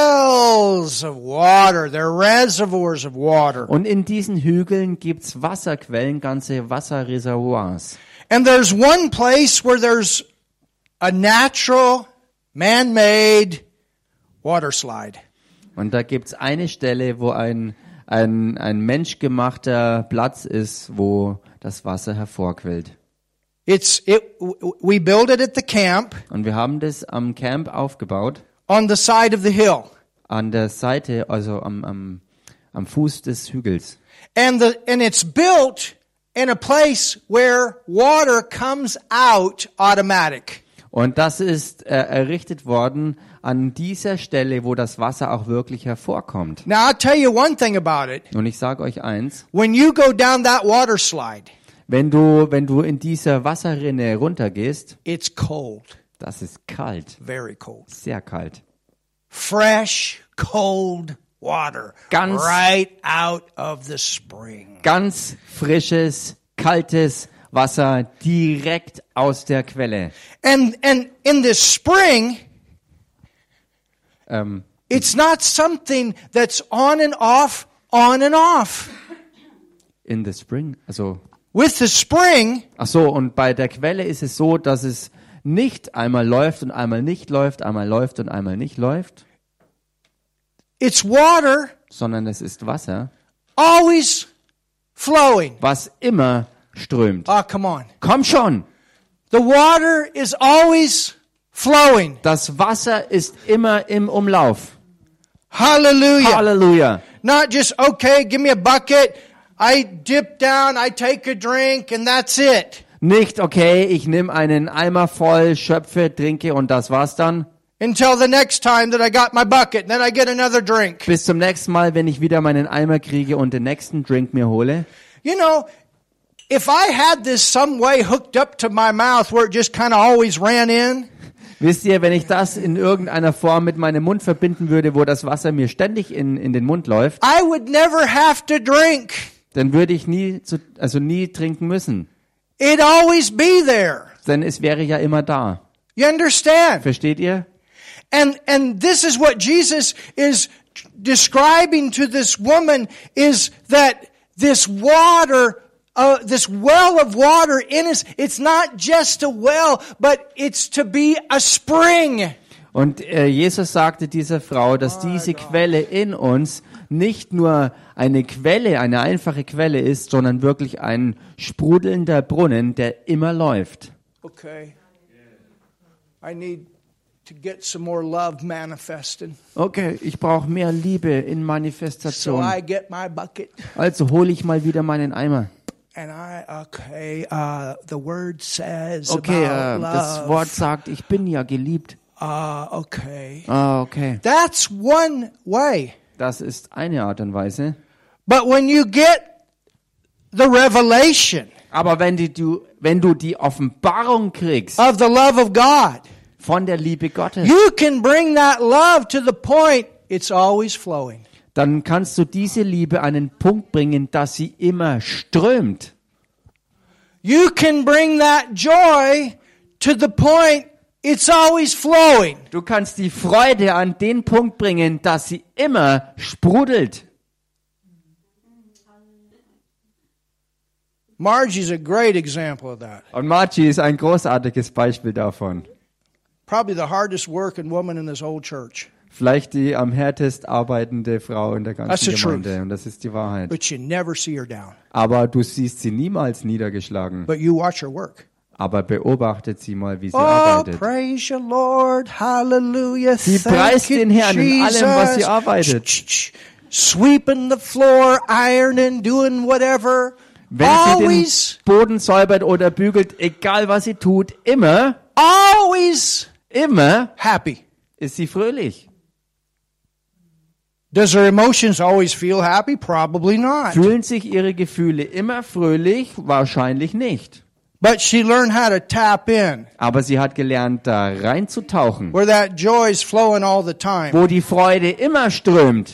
wells of water. There are reservoirs of water. und in diesen Hügeln gibt's Wasserquellen, ganze Wasserreservoirs. And there's one place where there's a natural, man-made water slide. Und da gibt's eine Stelle, wo ein, ein, ein menschgemachter Platz ist, wo das Wasser hervorquillt. It's it. We built it at the camp Und wir haben das am Camp aufgebaut, on the side of the hill, an der Seite, also am, am, am Fuß des Hügels. and the and it's built in a place where water comes out automatic. Und das ist äh, errichtet worden an dieser Stelle, wo das Wasser auch wirklich hervorkommt. Now I'll tell you one thing about it. Und ich sage euch eins, When you go down that water slide, wenn du, wenn du in dieser Wasserrinne runtergehst, it's cold, das ist kalt, very cold. sehr kalt. Fresh, cold water Ganz- right out of the spring. Ganz frisches, kaltes Wasser direkt aus der Quelle. And and in this spring, Ähm, it's not something that's on and off, on and off. in the spring, also With the spring, ach so, und bei der Quelle ist es so, dass es nicht einmal läuft und einmal nicht läuft, einmal läuft und einmal nicht läuft, it's water sondern es ist Wasser, always flowing. was immer strömt. Ah, come on. Komm schon! The water is always flowing. Das Wasser ist immer im Umlauf. Hallelujah. Halleluja! Not just, okay, give me a bucket. I dip down, I take a drink, and that's it. Nicht, okay, ich nehme einen Eimer voll, schöpfe, trinke und das war's dann. Until the next time that I got my bucket, and then I get another drink. Bis zum nächsten Mal, wenn ich wieder meinen Eimer kriege und den nächsten Drink mir hole. You know, if I had this some way hooked up to my mouth where it just kind of always ran in, Wisst ihr, wenn ich das in irgendeiner Form mit meinem Mund verbinden würde, wo das Wasser mir ständig in, in den Mund läuft, I would never have to drink. dann würde ich nie, zu, also nie trinken müssen. It'd always be there. Denn es wäre ja immer da. You understand? Versteht ihr? And and this is what Jesus is describing to this woman, is that this water, uh, this well of water in us, it's not just a well, but it's to be a spring. Und äh, Jesus sagte dieser Frau, dass diese Quelle in uns nicht nur eine Quelle, eine einfache Quelle ist, sondern wirklich ein sprudelnder Brunnen, der immer läuft. Okay. I need to get some more love manifesting. Okay, ich brauche mehr Liebe in So Manifestation. I get my bucket Also hole ich mal wieder meinen Eimer. and I, okay, uh, the word says Okay, äh, about das love. Wort sagt, ich bin ja geliebt. Uh, okay. Ah, okay. That's one way. Das ist eine Art und Weise. But when you get the revelation Aber wenn die, du, wenn du die Offenbarung kriegst of the love of God, von der Liebe Gottes, you can bring that love to the point it's always flowing. dann kannst du diese Liebe an den Punkt bringen, dass sie immer strömt. You can bring that joy to the point it's always flowing. Du kannst die Freude an den Punkt bringen, dass sie immer sprudelt. Margie's a great example of that. Und Margie ist ein großartiges Beispiel davon. Probably the hardest working woman in this whole church. Vielleicht die am härtest arbeitende Frau in der That's ganzen the truth. Gemeinde. Und das ist die Wahrheit. But you never see her down. Aber du siehst sie niemals niedergeschlagen. But you watch her work. Aber beobachtet sie mal, wie sie Oh, arbeitet. praise your Lord, hallelujah. Sie Thank preist you, den Herrn in allem, was sie Jesus. arbeitet. Ch- ch- ch- Sweeping the floor, ironing, doing whatever. Wenn sie den Always, Boden säubert oder bügelt, egal was sie tut, immer, always immer happy. ist sie fröhlich. Does her emotions always feel happy? Probably not. Fühlen sich ihre Gefühle immer fröhlich? Wahrscheinlich nicht. But she learned how to tap in, Aber sie hat gelernt, da reinzutauchen, where that joy is flowing all the time. wo die Freude immer strömt.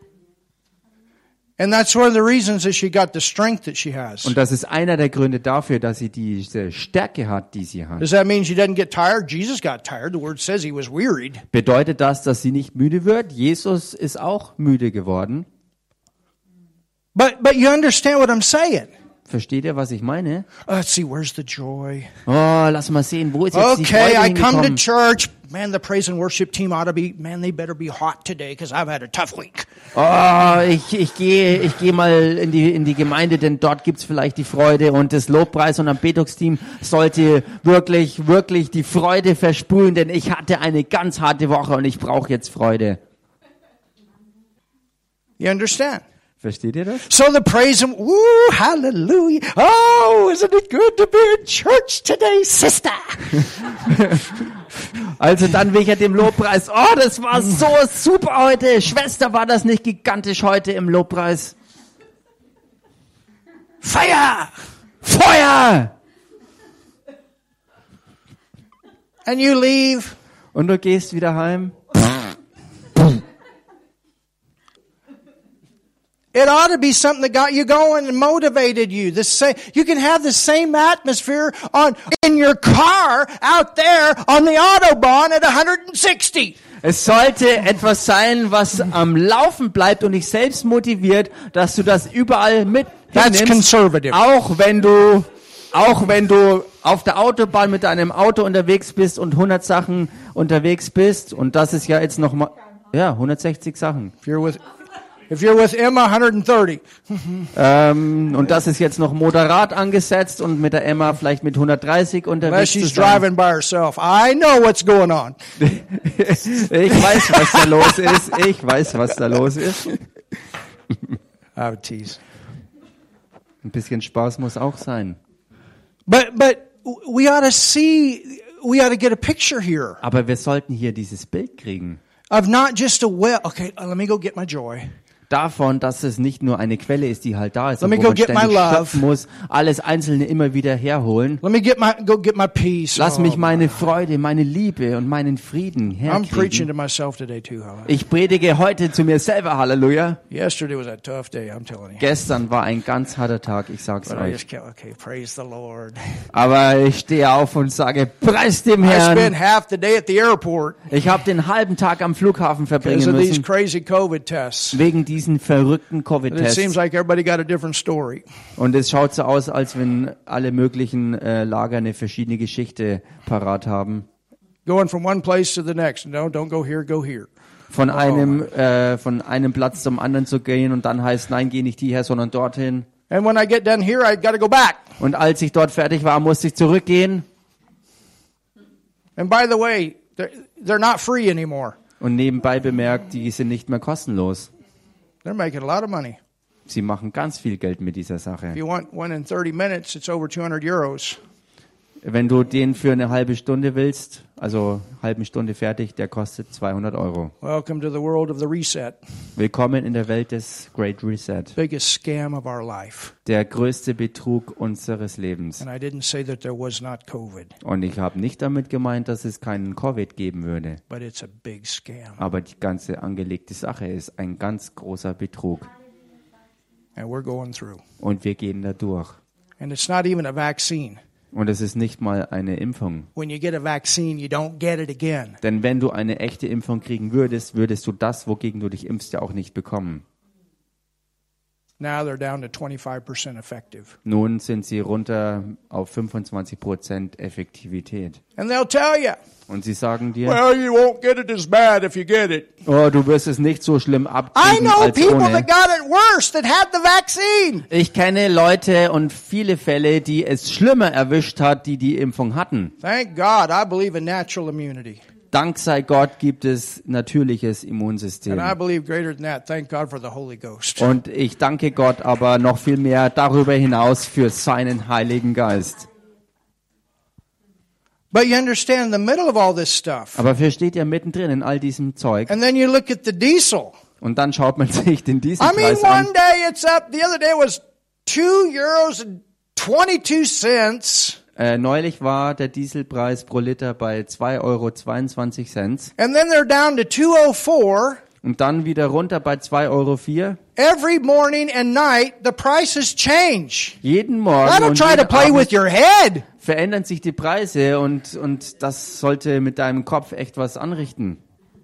And that's one of the reasons that she got the strength that she has. Und das ist einer der Gründe dafür, dass sie diese Stärke hat, die sie hat. Does that mean she doesn't get tired? Jesus got tired. The word says he was wearied. Bedeutet das, dass sie nicht müde wird? Jesus ist auch müde geworden. But but you understand what I'm saying. Versteht ihr, was ich meine? Uh, let's see, where's the joy? Oh, lass mal sehen, wo ist jetzt die Okay, Freude I come to hingekommen? church. Man, the praise and worship team ought to be, man, they better be hot today because I've had a tough week. Oh, ich, ich gehe ich gehe mal in die, in die Gemeinde, denn dort gibt's vielleicht die Freude und das Lobpreis- und Anbetungsteam sollte wirklich, wirklich die Freude versprühen, denn ich hatte eine ganz harte Woche und ich brauche jetzt Freude. You understand? Versteht ihr das? So the praise and, woo, hallelujah. Oh, isn't it good to be in church today, sister? Also dann will ich ja dem Lobpreis, oh, das war so super heute. Schwester, war das nicht gigantisch heute im Lobpreis? Fire! Feuer! And you leave. Und du gehst wieder heim. It ought to be something that got you going and motivated you. The same, you can have the same atmosphere on in your car out there on the Autobahn at one hundred sixty. Es sollte etwas sein, was am Laufen bleibt und dich selbst motiviert, dass du das überall mit That's hinnimmst, conservative. auch wenn du auch wenn du auf der Autobahn mit deinem Auto unterwegs bist und hundert Sachen unterwegs bist und das ist ja jetzt noch mal ja hundertsechzig Sachen. If you're with, if you're with Emma, one hundred thirty. Ähm, und das ist jetzt noch moderat angesetzt und mit der Emma vielleicht mit hundertdreißig Unless unterwegs zu she's sein. driving by herself. I know what's going on. Ich weiß, was da los ist. Ich weiß, was da los ist. I would tease. Ein bisschen Spaß muss auch sein. But but we ought to see, we ought to get a picture here Aber wir sollten hier dieses Bild kriegen. of not just a well. Okay, uh, let me go get my joy. Davon, dass es nicht nur eine Quelle ist, die halt da ist, Let und me wo go man get my ständig love. schöpfen muss, alles Einzelne immer wieder herholen. Let me get my go get my peace. Lass Oh, mich meine Freude, meine Liebe und meinen Frieden I'm preaching herkriegen. to myself today too. However. Ich predige heute zu mir selber, Halleluja. Yesterday was a tough day. I'm telling you. Gestern war ein ganz harter Tag, ich sag's But I euch. just can't. Okay, praise the Lord. Aber ich stehe auf und sage, preis dem I spent Herrn. half the day at the airport Ich habe den halben Tag am Flughafen because verbringen of these müssen, crazy COVID tests. wegen diesen verrückten But it seems Covid-Tests. like everybody got a different story. Und es schaut so aus, als wenn alle möglichen äh, Lager eine verschiedene Geschichte parat haben. Going from one place to the next. No, don't go here, go here. Von einem, äh, von einem Platz zum anderen zu gehen und dann heißt, nein, geh nicht hierher, sondern dorthin. And when I get done here, I got to go back. Und als ich dort fertig war, musste ich zurückgehen. And by the way, they're, they're not free anymore. Und nebenbei bemerkt, die sind nicht mehr kostenlos. They're making a lot of money. Sie machen ganz viel Geld mit dieser If Sache. you want one in thirty minutes, it's over two hundred euros. Wenn du den für eine halbe Stunde willst, also halbe Stunde fertig, der kostet zweihundert Euro. Welcome to the world of the reset. Willkommen in der Welt des Great Reset. Biggest scam of our life. Der größte Betrug unseres Lebens. And I didn't say that there was not COVID, Und ich habe nicht damit gemeint, dass es keinen Covid geben würde. but it's a big scam. Aber die ganze angelegte Sache ist ein ganz großer Betrug. And we're going through. Und wir gehen da durch. And it's not even a vaccine. Und es ist nicht mal eine Impfung. When you get a vaccine, you don't get it again. Denn wenn du eine echte Impfung kriegen würdest, würdest du das, wogegen du dich impfst, ja auch nicht bekommen. Now they're down to twenty-five percent effective. Nun sind sie runter auf fünfundzwanzig Prozent Effektivität. And they'll tell you, Und sie sagen dir, well, you won't get it as bad if you get it. oh, du wirst es nicht so schlimm I abkriegen know als people ohne. that got it worse that had the vaccine. Ich kenne Leute und viele Fälle, die es schlimmer erwischt hat, die die Impfung hatten. Thank God, I believe in natural immunity. Dank sei Gott gibt es natürliches And Immunsystem. I believe greater than that, thank God for the Holy Ghost. Und ich danke Gott aber noch viel mehr darüber hinaus für seinen Heiligen Geist. But you understand, in the middle of all this stuff, Aber versteht ihr mittendrin in all diesem Zeug? and then you look at the diesel. Und dann schaut man sich den I mean, Dieselpreis an. one day it's up, the other day was two euros and twenty-two cents. Äh, neulich war der Dieselpreis pro Liter bei zwei Euro zweiundzwanzig. And then they're down to two oh four. Und dann wieder runter bei zwei Euro vier. Every morning and night, the prices change. Jeden Morgen I don't und try to jeden play Abend with your head. verändern sich die Preise und, und das sollte mit deinem Kopf echt was anrichten.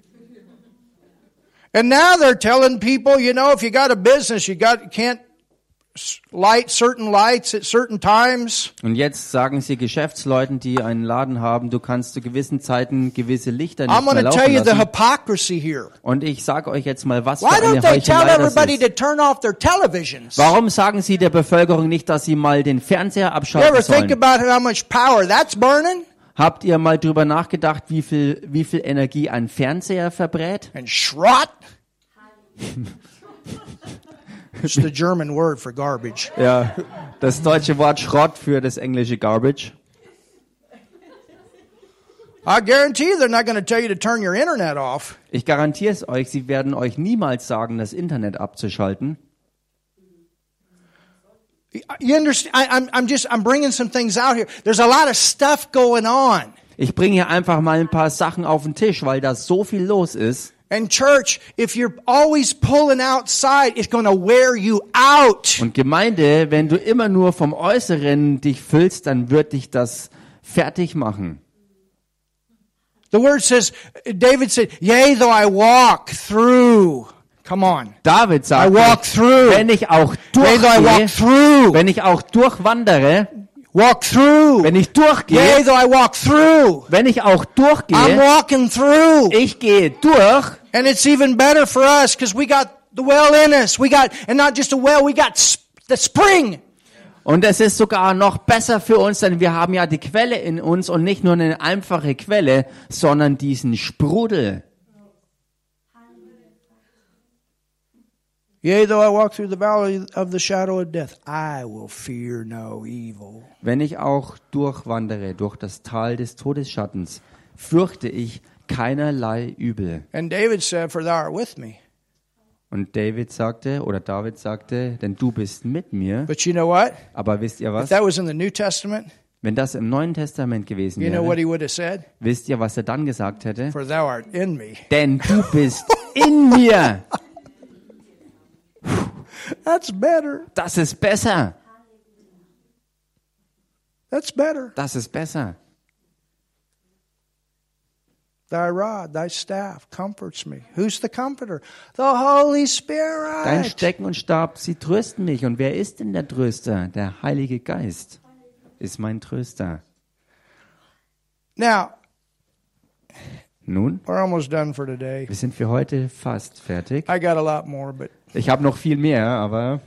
And now they're telling people, you know, if you got a business, you got you can't s- light certain lights at certain times. Und jetzt sagen sie Geschäftsleuten, die einen Laden haben, du kannst zu gewissen Zeiten gewisse Lichter I'm nicht mehr going to tell laufen you the lassen. hypocrisy here. Und ich sage euch jetzt mal, was für Why eine don't they tell Heuchelei das everybody ist. to turn off their televisions? Warum sagen sie der Bevölkerung nicht, dass sie mal den Fernseher You abschalten ever think sollen? about how much power that's burning? Habt ihr mal drüber nachgedacht, wie viel, wie viel Energie ein Fernseher verbrät? And Schrott? It's the German word for garbage. Ja, das deutsche Wort Schrott für das englische Garbage. I guarantee you they're not going to tell you to turn your internet off. Ich garantiere es euch, sie werden euch niemals sagen, das Internet abzuschalten. You understand? I, I'm, I'm just, I'm bringing some things out here. There's a lot of stuff going on. Ich bringe hier einfach mal ein paar Sachen auf den Tisch, weil da so viel los ist. And church, if you're always pulling outside, it's going to wear you out. Und Gemeinde, wenn du immer nur vom Äußeren dich füllst, dann wird dich das fertig machen. The word says, David said, yea, though I walk through. Come on. David I sagt, walk through. wenn ich auch Yea, though I walk durchgehe, through. wenn ich auch durchwandere, Walk through. wenn ich Yea, durchgehe, though I walk through. wenn ich auch I'm durchgehe, walking through. ich gehe durch. And it's even better for us because we got the well in us. We got, and not just a well, we got sp- the spring. Und es ist sogar noch besser für uns, denn wir haben ja die Quelle in uns und nicht nur eine einfache Quelle, sondern diesen Sprudel. Yea, though I walk through the valley of the shadow of death, I will fear no evil. Wenn ich auch durchwandere durch das Tal des Todesschattens, fürchte ich keinerlei Übel. And David said, for thou art with me. Und David sagte, oder David sagte, denn du bist mit mir. But you know what? Aber wisst ihr If was? that was in the New Testament, Wenn das im Neuen Testament gewesen you know what wäre, he would have said? wisst ihr, was er dann gesagt hätte? For thou art in me. Denn du bist in mir. That's better. Das ist besser. That's better. Das ist besser. Thy rod, thy staff comforts me. Who's the comforter? The Holy Spirit. Dein Stecken und Stab, sie trösten mich. Und wer ist denn der Tröster? Der Heilige Geist ist mein Tröster. Now, Nun, we're almost done for today. wir sind für heute fast fertig. I got a lot more, but Ich habe noch viel mehr, aber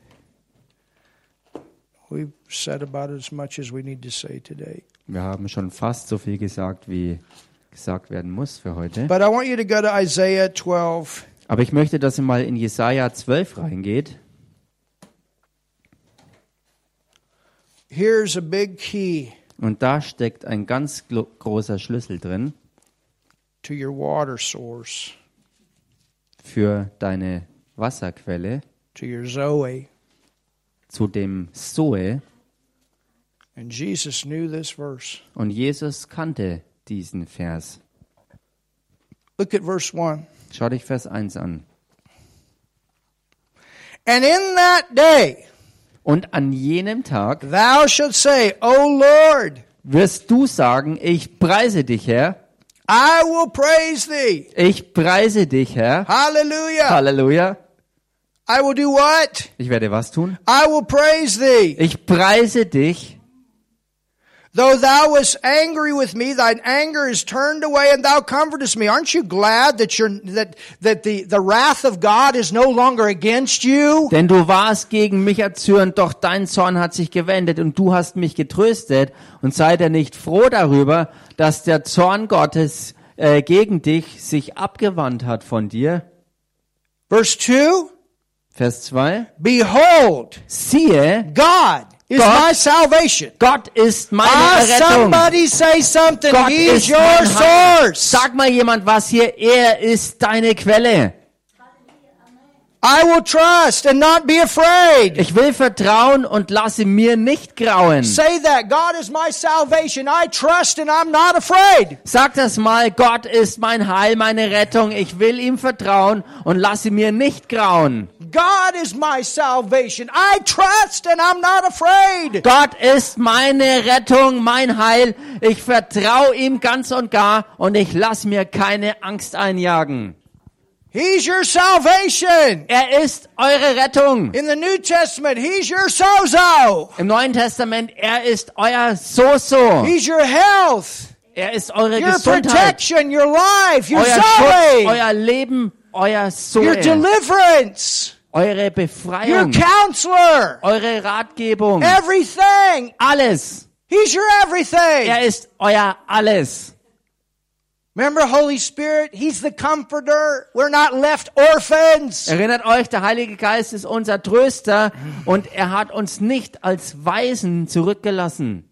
we've said about as much as we need to say today. wir haben schon fast so viel gesagt, wie gesagt werden muss für heute. But I want you to go to Isaiah twelve. Aber ich möchte, dass ihr mal in Jesaja zwölf reingeht. Here's a big key Und da steckt ein ganz glo- großer Schlüssel drin to your water source, für deine Wasserquelle, to your Zoe. zu dem Zoe. And Jesus knew this verse. Und Jesus kannte diesen Vers. Look at verse one. Schau dich Vers eins an. And in that day Und an jenem Tag thou shalt say, O Lord, wirst du sagen, ich preise dich, Herr. I will praise thee. Ich preise dich, Herr. Hallelujah. Halleluja. I will do what? Ich werde was tun? I will praise thee. Ich preise dich. Though thou wast angry with me, thine anger is turned away, and thou comfortest me. Aren't you glad that you're, that, that the, the wrath of God is no longer against you? Denn du warst gegen mich erzürnt, doch dein Zorn hat sich gewendet und du hast mich getröstet. Und seid ihr nicht froh darüber, dass der Zorn Gottes äh, gegen dich sich abgewandt hat von dir? Verse two. Vers zwei. Behold, Siehe, God is Gott- my salvation. Gott ist meine Ah, Errettung. somebody say something. Gott He's ist your mein Heil. source. Sag mal jemand was hier. Er ist deine Quelle. I will trust and not be afraid. Ich will vertrauen und lasse mir nicht grauen. Say that. God is my salvation. I trust and I'm not afraid. Sag das mal. Gott ist mein Heil, meine Rettung. Ich will ihm vertrauen und lasse mir nicht grauen. God is my salvation. I trust and I'm not afraid. Gott ist meine Rettung, mein Heil. Ich vertraue ihm ganz und gar und ich lasse mir keine Angst einjagen. He's your salvation. Er ist eure Rettung. In the New Testament, He's your sozo. Im Neuen Testament, er ist euer Soso. He's your health, Er ist eure your Gesundheit, protection, your life, your euer Schutz, Zoe, euer Leben, euer your Zoe, deliverance, eure your Befreiung, counselor, eure Ratgebung, everything. alles. He's your everything. Er ist euer alles. Remember, Holy Spirit, He's the comforter. We're not left orphans. Erinnert euch, der Heilige Geist ist unser Tröster und er hat uns nicht als Waisen zurückgelassen.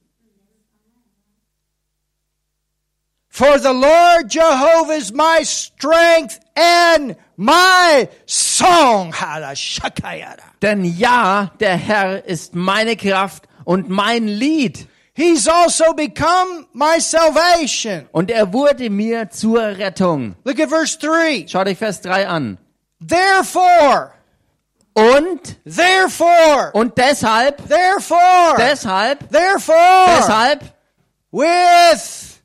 For the Lord Jehovah is my strength and my song. Halashakayara. Denn ja, der Herr ist meine Kraft und mein Lied. He's also become my salvation. Und er wurde mir zur Rettung. Look at verse three. Schaut euch Vers drei an. Therefore, Und, therefore, und deshalb, therefore, deshalb, therefore, deshalb, with,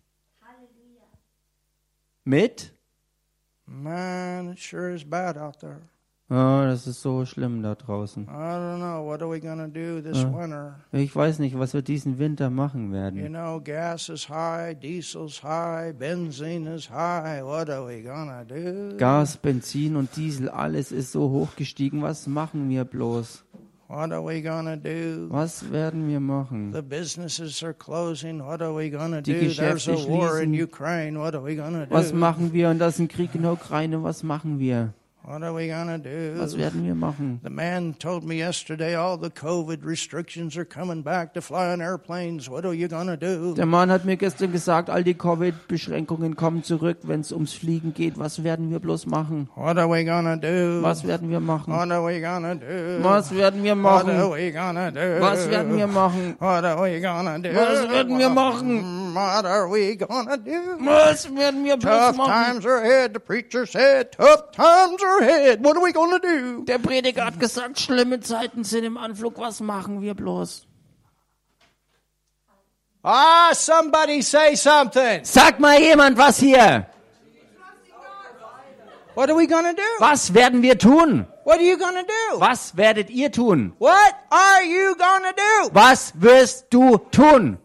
mit, man, it sure is bad out there. oh, das ist so schlimm da draußen. I don't know. What are we going to do this winter? Ich weiß nicht, was wir diesen Winter machen You werden. know, gas is high, diesel's high, benzene is high. What are we going to do? Gas, Benzin und Diesel, alles ist so hochgestiegen. Was machen wir bloß? What are we going to do? Was werden wir machen? The businesses are closing. What are we going to Die do? There's Geschäfte a war in schließen. Ukraine. What are we going to Was do? machen wir? Und das ist ein Krieg in der Ukraine. Was machen wir? What are we going to do? Was werden wir machen? The man told me yesterday all the COVID restrictions are coming back to fly on airplanes. What are you going to do? Der Mann hat mir gestern gesagt, all die Covid-Beschränkungen kommen zurück, wenn es ums Fliegen geht. Was werden wir bloß machen? What are we going to do? Was werden wir machen? What are we going to do? Was werden wir What are machen? we going to do? Was werden wir machen? What are we going to do? Was werden wir machen? What are we going to do? Was werden wir bloß Tough machen? times are ahead. The preacher said, tough times are ahead. What are we going to do? Der Prediger hat gesagt, schlimme Zeiten sind im Anflug. Was machen wir bloß? Ah, somebody say something. Sag mal jemand was hier. What are we going to do? Was werden wir tun? What are you going to do? Was werdet ihr tun? What are you going to do? Was wirst du tun?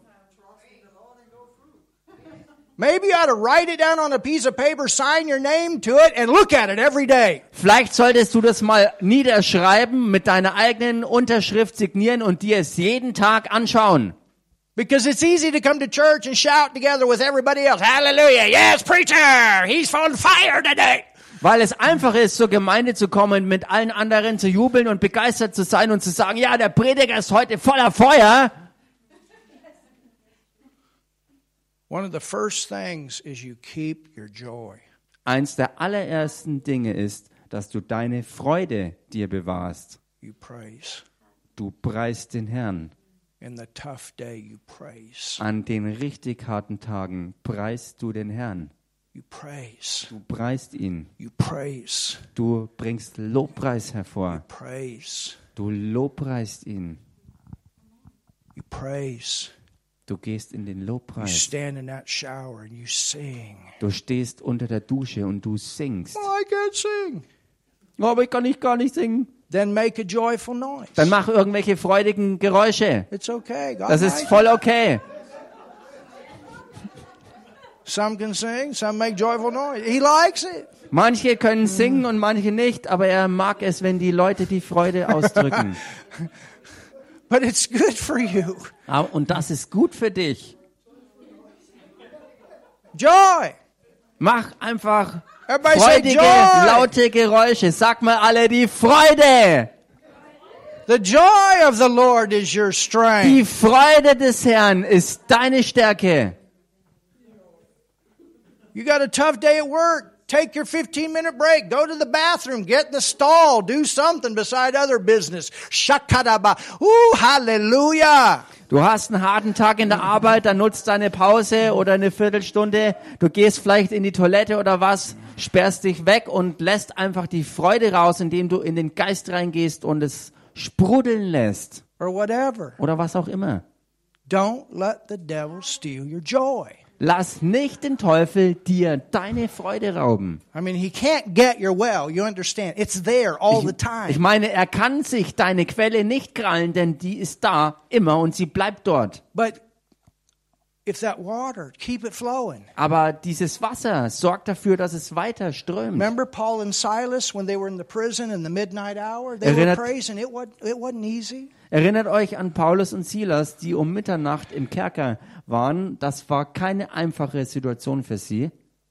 Maybe you ought to write it down on a piece of paper, sign your name to it, and look at it every day. Vielleicht solltest du das mal niederschreiben, mit deiner eigenen Unterschrift signieren und dir es jeden Tag anschauen. Because it's easy to come to church and shout together with everybody else. Hallelujah. Yes, preacher. He's on fire today. Weil es einfach ist, zur Gemeinde zu kommen, mit allen anderen zu jubeln und begeistert zu sein und zu sagen, ja, der Prediger ist heute voller Feuer. One of the first things is you keep your joy. Eins der allerersten Dinge ist, dass du deine Freude dir bewahrst. You praise. Du preist den Herrn. In the tough day, you praise. An den richtig harten Tagen preist du den Herrn. You praise. Du preist ihn. You praise. Du bringst Lobpreis hervor. Praise. Du lobpreist ihn. You praise. Du gehst in den You Lobpreis. stand in that shower and you sing. Du stehst unter der Dusche und du singst. Oh, I can't sing. Aber ich kann nicht gar nicht singen. then make a joyful noise. Dann mach irgendwelche freudigen Geräusche. It's okay. God Das likes ist it. voll okay. Some can sing, some make joyful noise. He likes it. Manche können singen und manche nicht, aber er mag es, wenn die Leute die Freude ausdrücken. But it's good for you. Aber- Und das ist gut für dich. Joy. Mach einfach Everybody say freudige, joy. laute Geräusche. Sag mal alle die Freude. The joy of the Lord is your strength. Die Freude des Herrn ist deine Stärke. You got a tough day at work. Take your fifteen minute break. Go to the bathroom. Get in the stall. Do something beside other business. Shakadaba. Ooh, hallelujah. Du hast einen harten Tag in der Arbeit, dann nutzt deine Pause oder eine Viertelstunde. Du gehst vielleicht in die Toilette oder was, sperrst dich weg und lässt einfach die Freude raus, indem du in den Geist reingehst und es sprudeln lässt. Or whatever. Oder was auch immer. Don't let the devil steal your joy. Lass nicht den Teufel dir deine Freude rauben. I mean, he can't get your well. You understand? It's there all the Ich time. meine, er kann sich deine Quelle nicht krallen, denn die ist da immer und sie bleibt dort. But if that water, keep it flowing. Aber dieses Wasser sorgt dafür, dass es weiter strömt. Remember Paul and Silas when they were in the prison in the midnight hour? They Erinnert- were praising. It wasn't, it wasn't easy. Erinnert euch an Paulus und Silas, die um Mitternacht im Kerker waren. Das war keine einfache Situation für sie,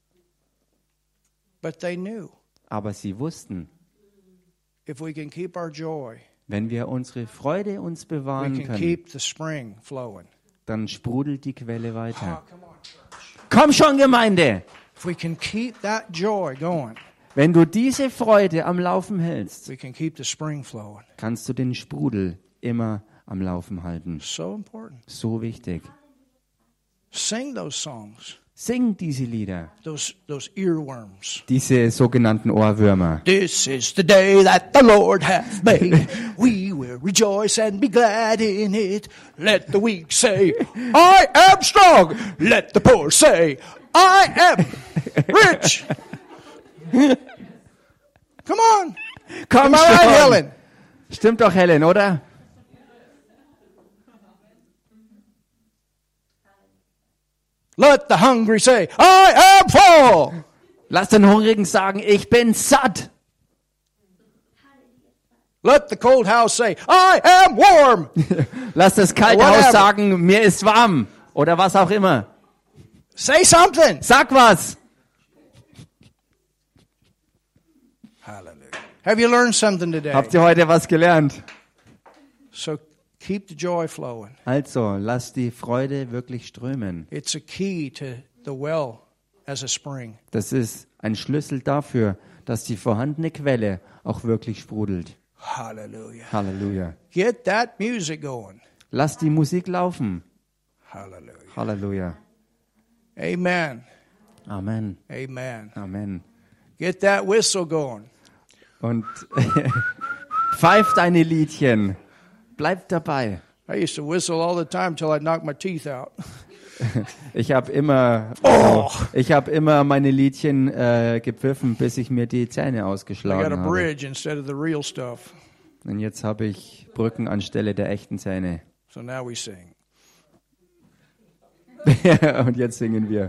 But they knew aber sie wussten, if we can keep our joy, wenn wir unsere Freude uns we bewahren can können, keep the spring flowing. dann sprudelt die Quelle weiter. Oh, come on, church. Komm schon, Gemeinde! If we can keep that joy going, Wenn du diese Freude am Laufen hältst, we can keep the spring flowing. kannst du den Sprudel immer am Laufen halten. So important. So wichtig. Sing those songs, Sing diese Lieder, those those earworms. diese sogenannten Ohrwürmer. This is the day that the Lord hath made. We will rejoice and be glad in it. Let the weak say, I am strong. Let the poor say, I am rich. Come on. Komm Am I right, schon! Helen? Stimmt doch, Helen, oder? Let the hungry say, I am full. Lass den Hungrigen sagen, ich bin satt. Let the cold house say, I am warm. Lass das kalte Whatever. Haus sagen, mir ist warm. Oder was auch immer. Say something. Sag was. Hallelujah. Have you learned something today? Habt ihr heute was gelernt? So keep the joy flowing. Also, lass die Freude wirklich strömen. It's a key to the well as a spring. Das ist ein Schlüssel dafür, dass die vorhandene Quelle auch wirklich sprudelt. Hallelujah. Halleluja. Get that music going. Lass die Musik laufen. Hallelujah. Halleluja. Amen. Amen. Amen. Amen. Get that whistle going. Und pfeif deine Liedchen. Bleib dabei. I used to whistle all the time till I knocked my teeth out. Ich habe immer, Oh. ich habe immer meine Liedchen äh, gepfiffen, bis ich mir die Zähne I got ausgeschlagen a habe. bridge instead of the real stuff. Und jetzt habe ich Brücken anstelle der echten Zähne. So now we sing. Und jetzt singen wir.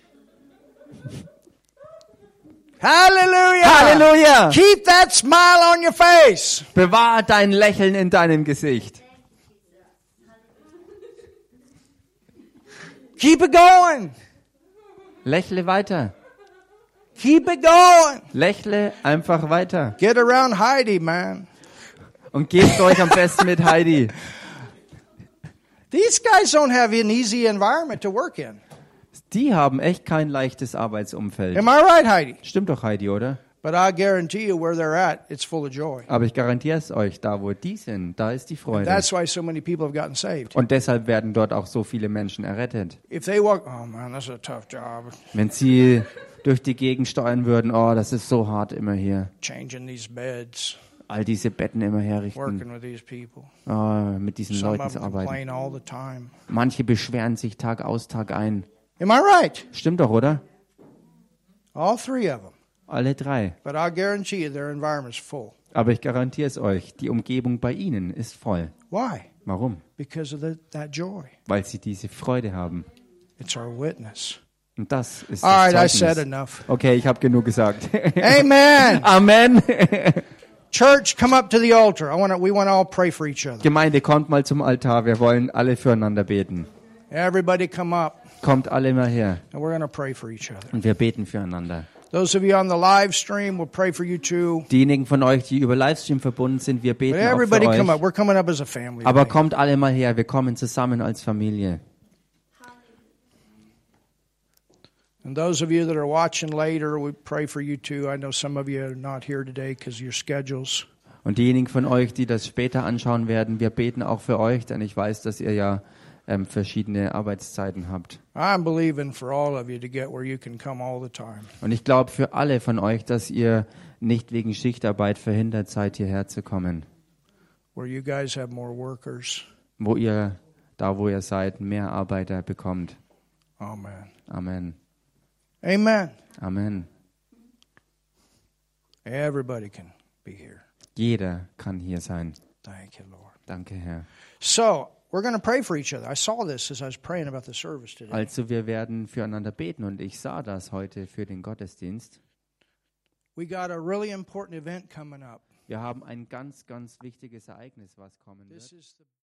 Hallelujah. Halleluja! Keep that smile on your face. Bewahr dein Lächeln in deinem Gesicht. Keep it going. Lächle weiter. Keep it going. Lächle einfach weiter. Get around Heidi, man. Und gebt euch am besten mit Heidi. These guys don't have an easy environment to work in. Die haben echt kein leichtes Arbeitsumfeld. Am I right, Heidi? Stimmt doch, Heidi, oder? But I guarantee you where they're at, it's full of joy. Aber ich garantiere es euch, da wo die sind, da ist die Freude. That's why so many people have gotten saved. Und deshalb werden dort auch so viele Menschen errettet. If they walk, oh man, that's a tough job, Wenn sie durch die Gegend steuern würden, oh, das ist so hart immer hier. changing these beds, All diese Betten immer herrichten, working with these people. oh, mit diesen Some Leuten of zu them arbeiten. complain all the time. Manche beschweren sich Tag aus, Tag ein. Am I right? Stimmt doch, oder? All three of them. Alle drei. But I guarantee you their environment's full. Aber ich garantiere es euch, die Umgebung bei ihnen ist voll. Why? Warum? Because of the, that joy. Weil sie diese Freude haben. It's our witness. Und das ist All right, I das said Zeugnis. enough. Okay, ich habe genug gesagt. Amen. Amen. Church, come up to the altar. I want to, we want to all pray for each other. Gemeinde, kommt mal zum Altar. Wir wollen alle füreinander beten. Everybody come up, Kommt alle mal her and we're going to pray for each other. und wir beten füreinander. Those of you on the live stream, we'll pray for you too. Diejenigen von euch, die über Livestream verbunden sind, wir But beten auch everybody für come up. euch. We're coming up as a family. Aber today. kommt alle mal her. Wir kommen zusammen als Familie. And those of you that are watching later, we pray for you too. I know some of you are not here today because of your schedules. Und diejenigen von euch, die das später anschauen werden, wir beten auch für euch, denn ich weiß, dass ihr ja ähm, verschiedene Arbeitszeiten habt. I'm believing for all of you to get where you can come all the time. Und ich glaube für alle von euch, dass ihr nicht wegen Schichtarbeit verhindert seid, hierher zu kommen. Where you guys have more workers. Wo ihr, da wo ihr seid, mehr Arbeiter bekommt. Amen. Amen. Amen. Amen. Everybody can be here. Jeder kann hier sein. Thank you, Lord. Danke, Herr. So, we're going to pray for each other. I saw this as I was praying about the service today. Also wir werden füreinander beten und ich sah das heute für den Gottesdienst. We got a really important event coming up. Wir haben ein ganz, ganz wichtiges Ereignis, was kommen This wird. is the